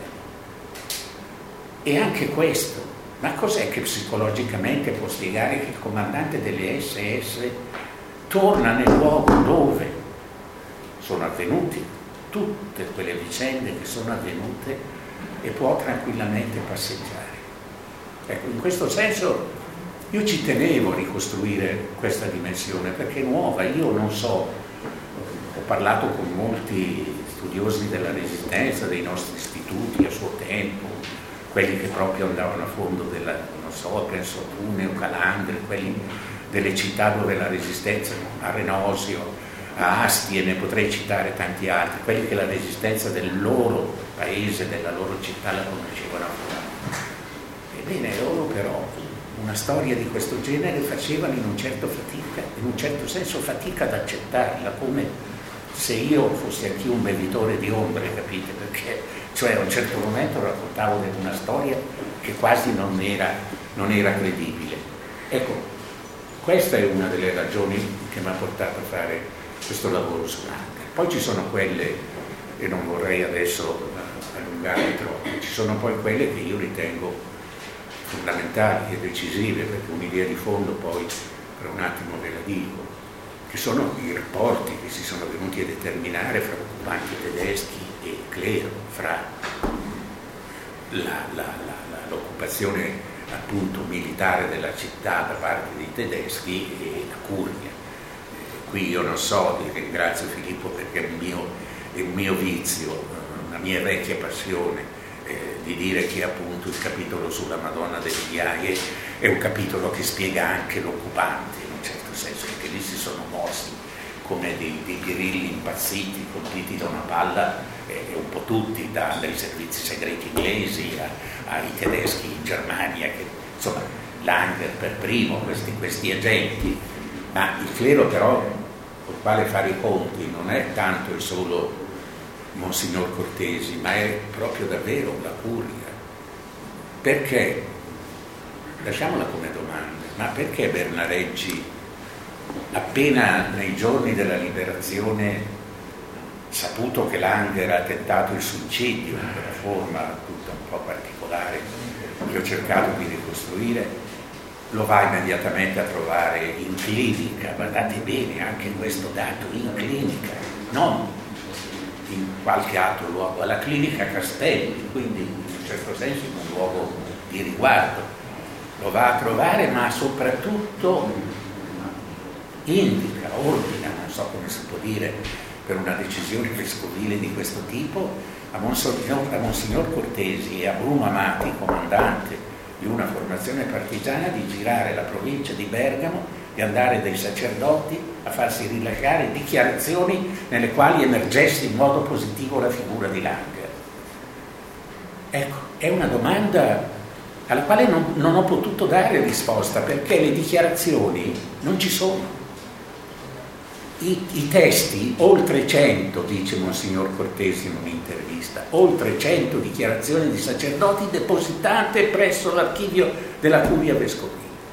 E anche questo, ma cos'è che psicologicamente può spiegare che il comandante delle S S torna nel luogo dove sono avvenuti tutte quelle vicende che sono avvenute e può tranquillamente passeggiare? Ecco, in questo senso io ci tenevo a ricostruire questa dimensione, perché è nuova. Io non so, ho parlato con molti studiosi della Resistenza, dei nostri istituti a suo tempo, quelli che proprio andavano a fondo della, non so, penso a Cuneo, Calandri, quelli delle città dove la Resistenza, a Renosio, a Asti, e ne potrei citare tanti altri, quelli che la Resistenza del loro paese, della loro città la conoscevano a fondo. Ebbene, loro però una storia di questo genere facevano in un certo fatica, in un certo senso fatica ad accettarla, come se io fossi anch'io un bevitore di ombre, capite? Perché cioè a un certo momento raccontavo di una storia che quasi non era, non era credibile. Ecco, questa è una delle ragioni che mi ha portato a fare questo lavoro su Langer. Poi ci sono quelle, e non vorrei adesso allungarmi troppo, ci sono poi quelle che io ritengo fondamentali e decisive, perché un'idea di fondo poi per un attimo ve la dico, che sono i rapporti che si sono venuti a determinare fra occupanti tedeschi e clero, fra la, la, la, la, l'occupazione appunto militare della città da parte dei tedeschi e la curia. Eh, qui io non so, ringrazio Filippo perché è un mio, è un mio vizio, una mia vecchia passione, eh, di dire che appunto il capitolo sulla Madonna delle Ghiaie è un capitolo che spiega anche l'occupante, in un certo senso, perché lì si sono mossi come dei, dei birilli impazziti, colpiti da una palla, eh, un po' tutti, da, dai servizi segreti inglesi a, ai tedeschi in Germania, che, insomma, Langer per primo, questi, questi agenti, ma il clero però, col quale fare i conti, non è tanto e solo Monsignor Cortesi, ma è proprio davvero la curia. Perché, lasciamola come domanda, ma perché Bernareggi, appena nei giorni della liberazione, saputo che Langer ha tentato il suicidio in quella forma tutta un po' particolare che ho cercato di ricostruire, lo va immediatamente a trovare in clinica, guardate bene anche questo dato, in clinica, non in qualche altro luogo, alla clinica Castelli, quindi in un certo senso in un luogo di riguardo. Lo va a trovare, ma soprattutto indica, ordina, non so come si può dire per una decisione vescovile di questo tipo, a Monsignor, a Monsignor Cortesi e a Bruno Amati, comandante di una formazione partigiana, di girare la provincia di Bergamo, di andare dai sacerdoti a farsi rilasciare dichiarazioni nelle quali emergesse in modo positivo la figura di Langer. Ecco, è una domanda alla quale non, non ho potuto dare risposta, perché le dichiarazioni non ci sono. I, i testi, oltre cento, dice Monsignor Cortesi in un'intervista, oltre cento dichiarazioni di sacerdoti depositate presso l'archivio della Curia Vescovile.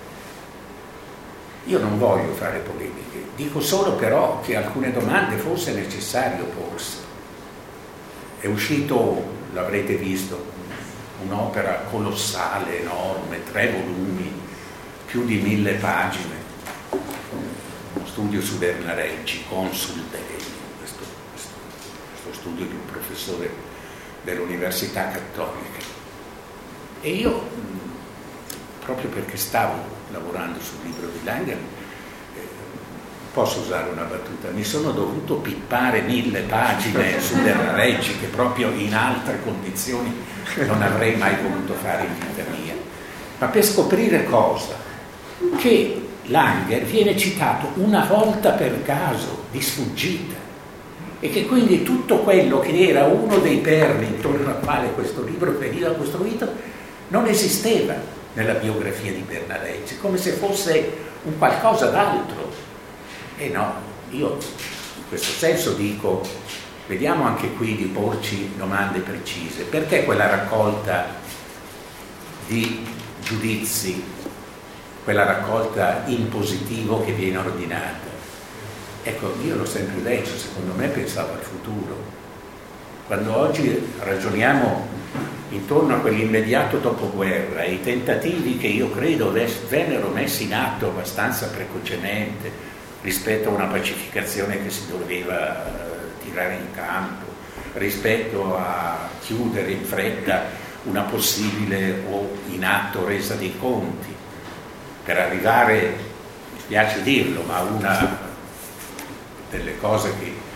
Io non voglio fare polemiche, dico solo però che alcune domande forse è necessario porsi. È uscito, l'avrete visto, un'opera colossale, enorme, tre volumi, più di mille pagine, uno studio su Bernareggi, Consul Dei, questo, questo, questo studio di un professore dell'Università Cattolica. E io, proprio perché stavo lavorando sul libro di Langer, eh, posso usare una battuta, mi sono dovuto pippare mille pagine su Bernareggi che proprio in altre condizioni non avrei mai voluto fare in vita mia, ma per scoprire cosa? Che Langer viene citato una volta per caso, di sfuggita, e che quindi tutto quello che era uno dei perni intorno al quale questo libro veniva costruito non esisteva nella biografia di Bernareggi, come se fosse un qualcosa d'altro. E no, io in questo senso dico, vediamo anche qui di porci domande precise. Perché quella raccolta di giudizi, quella raccolta in positivo che viene ordinata? Ecco, io l'ho sempre detto, secondo me pensavo al futuro. Quando oggi ragioniamo intorno a quell'immediato dopoguerra e i tentativi che io credo vennero messi in atto abbastanza precocemente rispetto a una pacificazione che si doveva tirare in campo, rispetto a chiudere in fretta una possibile o in atto resa dei conti, per arrivare, mi spiace dirlo, ma una delle cose che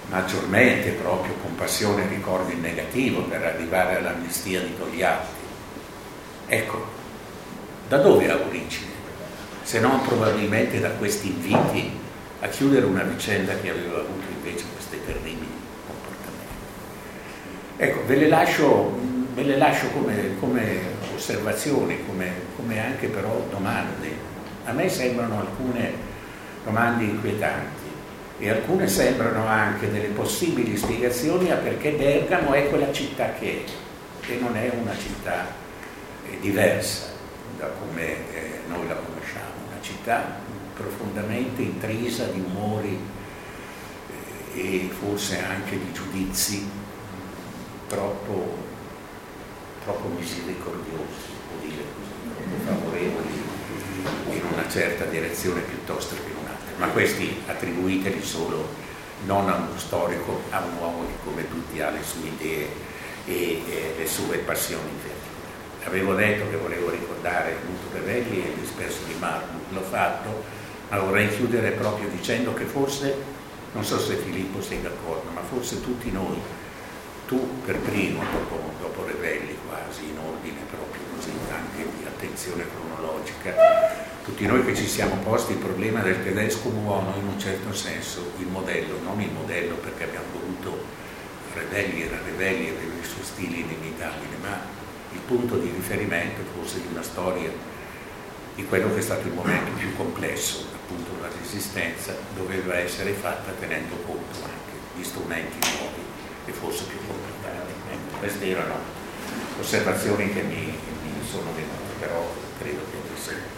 maggiormente, proprio con passione, ricordo in negativo per arrivare all'amnistia di Togliatti. Ecco, da dove ha origine? Se non probabilmente da questi inviti a chiudere una vicenda che aveva avuto invece questi terribili comportamenti. Ecco, ve le lascio, ve le lascio come, come osservazioni, come, come anche però domande. A me sembrano alcune domande inquietanti e alcune sembrano anche delle possibili spiegazioni a perché Bergamo è quella città che è, che non è una città eh, diversa da come eh, noi la conosciamo, una città profondamente intrisa di umori eh, e forse anche di giudizi troppo, troppo misericordiosi, può dire così, troppo favorevoli in una certa direzione piuttosto che in un'altra, ma questi attribuiteli solo non a uno storico, a un uomo che come tutti ha le sue idee e, e le sue passioni interne. Avevo detto che volevo ricordare Muto Revelli e il disperso di Marburg, l'ho fatto, ma vorrei chiudere proprio dicendo che forse, non so se Filippo sei d'accordo, ma forse tutti noi, tu per primo, dopo, dopo Revelli quasi, in ordine proprio così, anche di attenzione cronologica, tutti noi che ci siamo posti il problema del tedesco buono in un certo senso, il modello, non il modello perché abbiamo voluto Revelli, era Revelli, aveva i suoi stili inimitabili, ma il punto di riferimento forse di una storia di quello che è stato il momento più complesso, appunto la resistenza, doveva essere fatta tenendo conto anche di strumenti nuovi e forse più complicati. Ecco, queste erano osservazioni che mi, mi sono venute, però credo che avesse.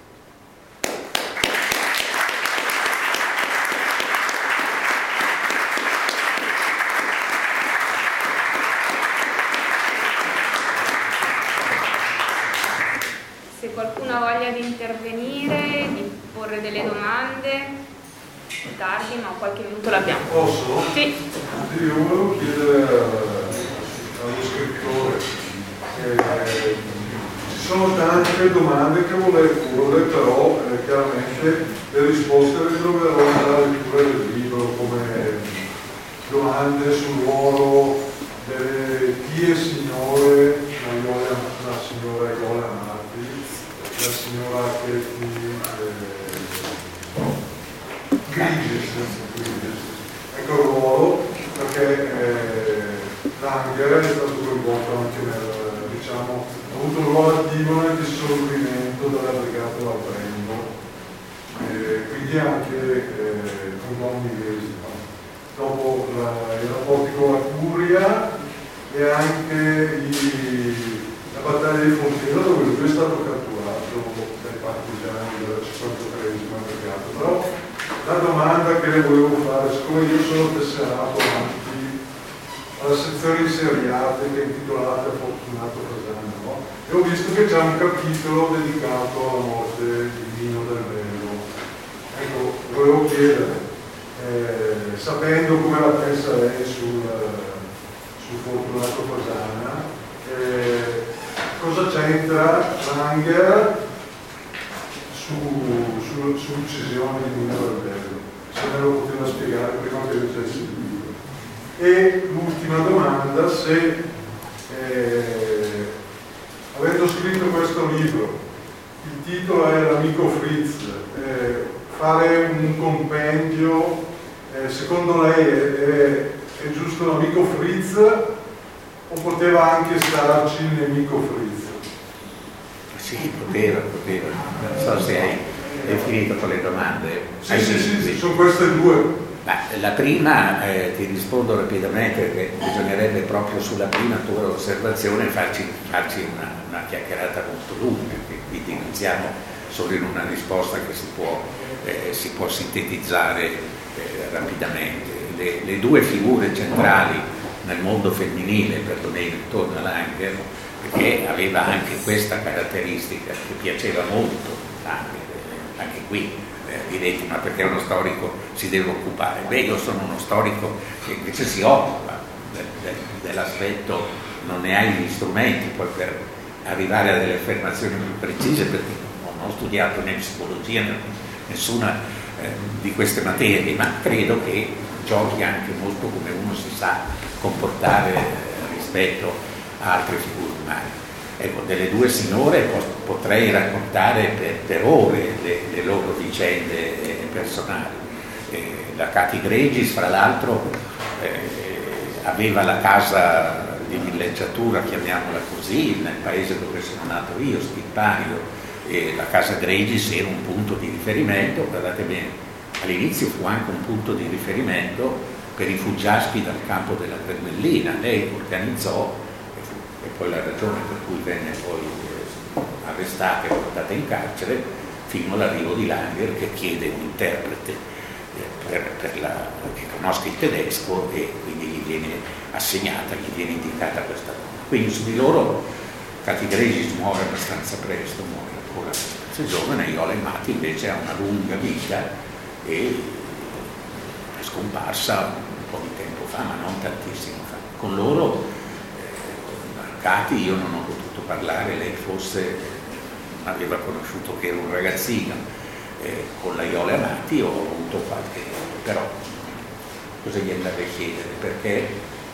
Se qualcuno ha voglia di intervenire, di porre delle domande, è tardi, ma qualche minuto l'abbiamo. Posso? Sì. Io volevo chiedere allo scrittore, eh, ci sono tante domande che vorrei porre, però eh, chiaramente le risposte le troverò nella lettura del libro, come domande sul ruolo delle tie signore, la, Iola, la signora Iola Marti, la signora Katie eh, Griges, ecco il ruolo, perché eh, Langer è stato coinvolto anche nel, diciamo, ha avuto un ruolo attivo nel dissolvimento della brigata del Brembo, eh, quindi anche eh, con Don Milesi, no? Dopo la, i rapporti con la Curia e anche i, la battaglia di Fontina, dove lui è stato catturato dai partigiani della cinquantatreesima brigata. Però la domanda che le volevo fare, siccome io sono tesserato avanti alla sezione inseriate che è intitolata Fortunato Fasano, no? E ho visto che c'è un capitolo dedicato alla morte di Nino Del Vero. Ecco, volevo chiedere, eh, sapendo come la pensa lei sul, sul Fortunato Fasana, eh, cosa c'entra Langer su, su, sull'uccisione di Nino Del Vero? Se me lo poteva spiegare prima che leggessi il libro. E l'ultima domanda, se eh, avendo scritto questo libro, il titolo è L'amico Fritz, eh, fare un compendio, eh, secondo lei è, è, è giusto l'amico Fritz o poteva anche starci il nemico Fritz? Sì, poteva, poteva. Non so se hai, hai finito con le domande. Sì, sì, sì, sì, sono queste due. Ma la prima, eh, ti rispondo rapidamente perché bisognerebbe proprio sulla prima tua osservazione farci, farci una, una chiacchierata molto lunga, quindi non siamo solo in una risposta che si può, eh, si può sintetizzare eh, rapidamente. Le, le due figure centrali nel mondo femminile, perlomeno intorno a Langer, perché aveva anche questa caratteristica che piaceva molto Langer, anche qui. Direte, ma perché uno storico si deve occupare? Beh, io sono uno storico che invece si occupa de, de, dell'aspetto, non ne hai gli strumenti poi per arrivare a delle affermazioni più precise, perché non ho studiato né psicologia né nessuna eh, di queste materie, ma credo che giochi anche molto come uno si sa comportare eh, rispetto a altre figure umane. Ecco, delle due signore potrei raccontare per, per ore le, le loro vicende eh, personali. Eh, la Cati Gregis, fra l'altro, eh, aveva la casa di villeggiatura, chiamiamola così, nel paese dove sono nato io, Stipario, e la casa Gregis era un punto di riferimento, guardate bene, all'inizio fu anche un punto di riferimento per i fuggiaschi dal campo della Grebellina. Lei organizzò, e poi la ragione per cui venne poi eh, arrestata e portata in carcere, fino all'arrivo di Langer, che chiede un interprete eh, per, per la, che conosca il tedesco, e quindi gli viene assegnata, gli viene indicata questa donna. Quindi su di loro Cati Gregis muore abbastanza presto, muore ancora abbastanza giovane. Iola Amati invece ha una lunga vita e è scomparsa un po' di tempo fa, ma non tantissimo fa. Con loro Cati io non ho potuto parlare, lei forse aveva conosciuto che era un ragazzino, eh, con la Iola Amati ho avuto qualche, però cosa gli andava a chiedere? Perché,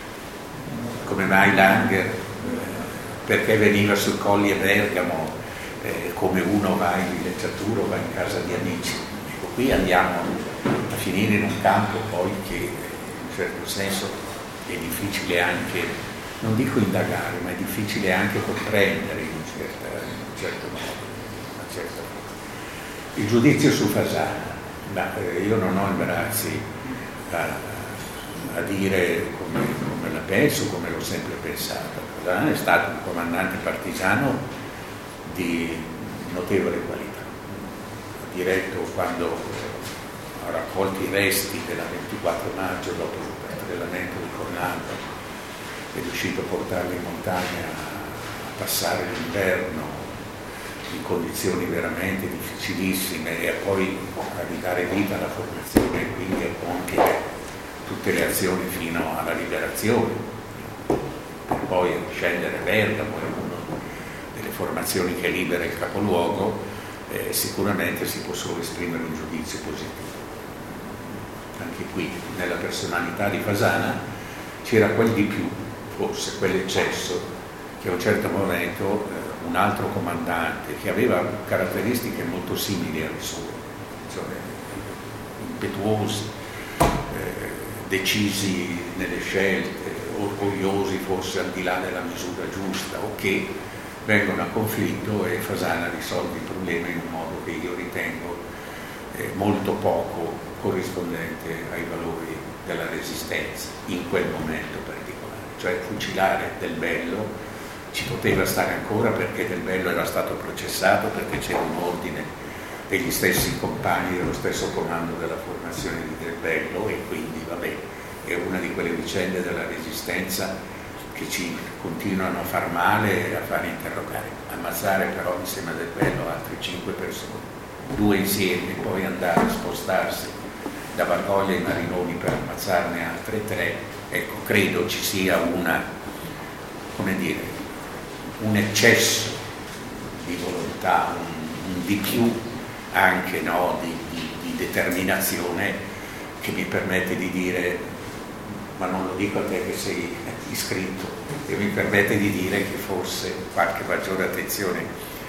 come mai Langer, eh, perché veniva su Colli e Bergamo, eh, come uno va in villeggiatura o va in casa di amici. Ecco, qui andiamo a finire in un campo poi che in un certo senso è difficile anche, non dico indagare, ma è difficile anche comprendere in un certo, in un certo modo. Una certa modo. Il giudizio su Fasana, ma eh, io non ho imbarazzi a, a dire come, come la penso, come l'ho sempre pensata. Fasana è stato un comandante partigiano di notevole qualità. Ha diretto, quando ha raccolto i resti della ventiquattro maggio dopo il rastrellamento di Cornaldo, è riuscito a portarli in montagna a passare l'inverno in condizioni veramente difficilissime e a poi a ridare vita alla formazione, e quindi a compiere tutte le azioni fino alla liberazione, per poi scendere a Bergamo, è una delle formazioni che libera il capoluogo. Eh, sicuramente si può solo esprimere un giudizio positivo. Anche qui, nella personalità di Fasana, c'era quel di più, forse quell'eccesso, che a un certo momento eh, un altro comandante che aveva caratteristiche molto simili alle sue, cioè impetuosi, eh, decisi nelle scelte, orgogliosi forse al di là della misura giusta, o che vengono a conflitto e Fasana risolve il problema in un modo che io ritengo eh, molto poco corrispondente ai valori della Resistenza in quel momento particolare. Cioè fucilare Del Bello ci poteva stare ancora, perché Del Bello era stato processato, perché c'era un ordine degli stessi compagni dello stesso comando della formazione di Del Bello, e quindi vabbè, è una di quelle vicende della Resistenza che ci continuano a far male e a far interrogare. Ammazzare però insieme a Del Bello altre cinque persone, due insieme, poi andare a spostarsi da Valgoglia ai Marinoni per ammazzarne altre tre, ecco, credo ci sia una, come dire, un eccesso di volontà, un, un di più anche, no, di, di, di determinazione, che mi permette di dire, ma non lo dico a te che sei iscritto, che mi permette di dire che forse qualche maggiore attenzione,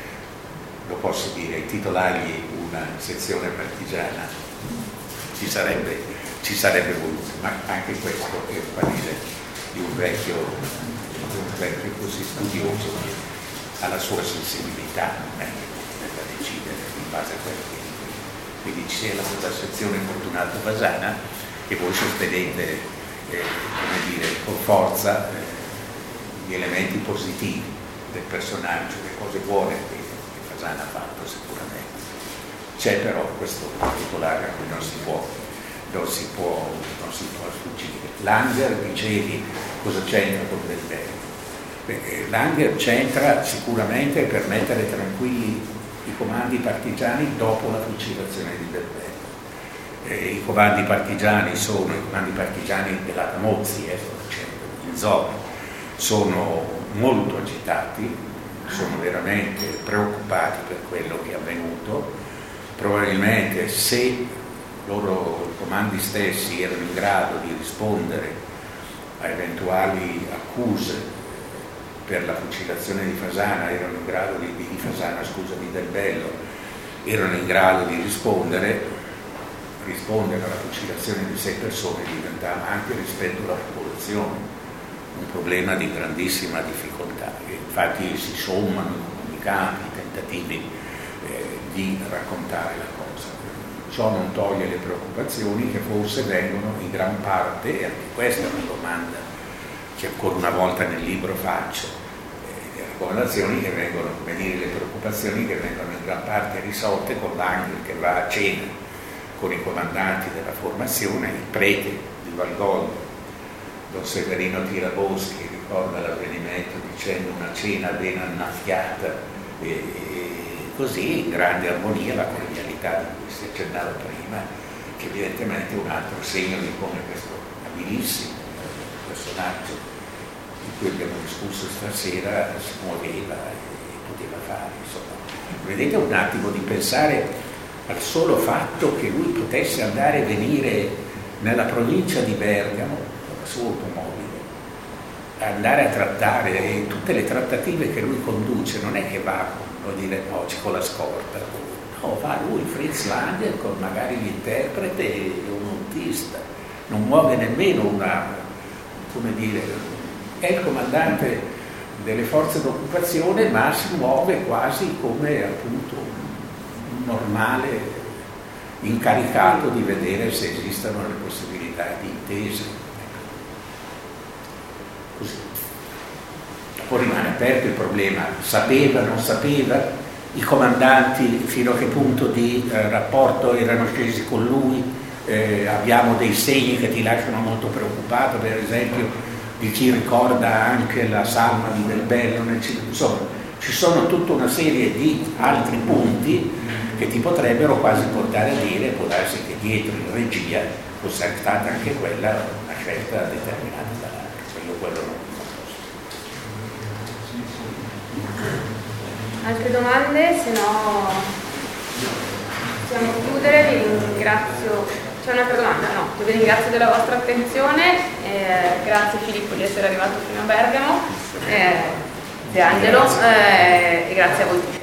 lo posso dire, intitolargli una sezione partigiana ci sarebbe, ci sarebbe voluto, ma anche questo è un parere di un vecchio, di un vecchio così studioso che ha la sua sensibilità, non è da decidere in base a quello che dico. Quindi ci sia la, la sezione Fortunato Fasana, che voi sostenete eh, come dire, con forza eh, gli elementi positivi del personaggio, le cose buone che, che Fasana ha fatto sicuramente. C'è però questo particolare a cui non si può, non si può, non si può sfuggire. Langer, dicevi, cosa c'entra con Del Bello? Beh, Langer c'entra sicuramente per mettere tranquilli i comandi partigiani dopo la fucilazione di Del Bello. Eh, I comandi partigiani sono, i comandi partigiani della Camozzi, eh, sto dicendo, in zona, sono molto agitati, sono veramente preoccupati per quello che è avvenuto. Probabilmente se loro comandi stessi erano in grado di rispondere a eventuali accuse per la fucilazione di Fasana, erano in grado di, di Fasana, scusami, Del Bello, erano in grado di rispondere, rispondere alla fucilazione di sei persone diventava anche rispetto alla popolazione un problema di grandissima difficoltà. E infatti si sommano i comunicati, i tentativi eh, di raccontare la cosa. Ciò non toglie le preoccupazioni che forse vengono in gran parte, e anche questa è una domanda che ancora una volta nel libro faccio, eh, le raccomandazioni che vengono, come dire, le preoccupazioni che vengono in gran parte risolte con l'Angel che va a cena con i comandanti della formazione, il prete di Valgoldo, Don Severino Tiraboschi, ricorda l'avvenimento dicendo una cena ben annaffiata e, e così in grande armonia, la collegialità di cui si accennava prima, che evidentemente è un altro segno di come questo abilissimo personaggio di cui abbiamo discusso stasera si muoveva e poteva fare. Insomma, vedete un attimo di pensare al solo fatto che lui potesse andare e venire nella provincia di Bergamo con la sua automobile, andare a trattare, e tutte le trattative che lui conduce non è che va con, dire, oggi con la scorta, no, va lui, Fritz Langer, con magari l'interprete e un autista, non muove nemmeno una, come dire, è il comandante delle forze d'occupazione, ma si muove quasi come appunto un normale incaricato di vedere se esistono le possibilità di intesa. Così. Poi rimane aperto il problema, sapeva, non sapeva, i comandanti fino a che punto di eh, rapporto erano scesi con lui, eh, abbiamo dei segni che ti lasciano molto preoccupato, per esempio di chi ricorda anche la salma di Del Bello, nel, insomma ci sono tutta una serie di altri punti che ti potrebbero quasi portare a dire, può darsi che dietro in regia fosse stata anche quella una scelta determinata dall'altro, quello, quello non posso. Altre domande? Se no possiamo chiudere, vi ringrazio. C'è un'altra domanda? No, vi ringrazio della vostra attenzione, eh, grazie Filippo di essere arrivato fino a Bergamo, eh, grazie Angelo, eh, e grazie a voi tutti.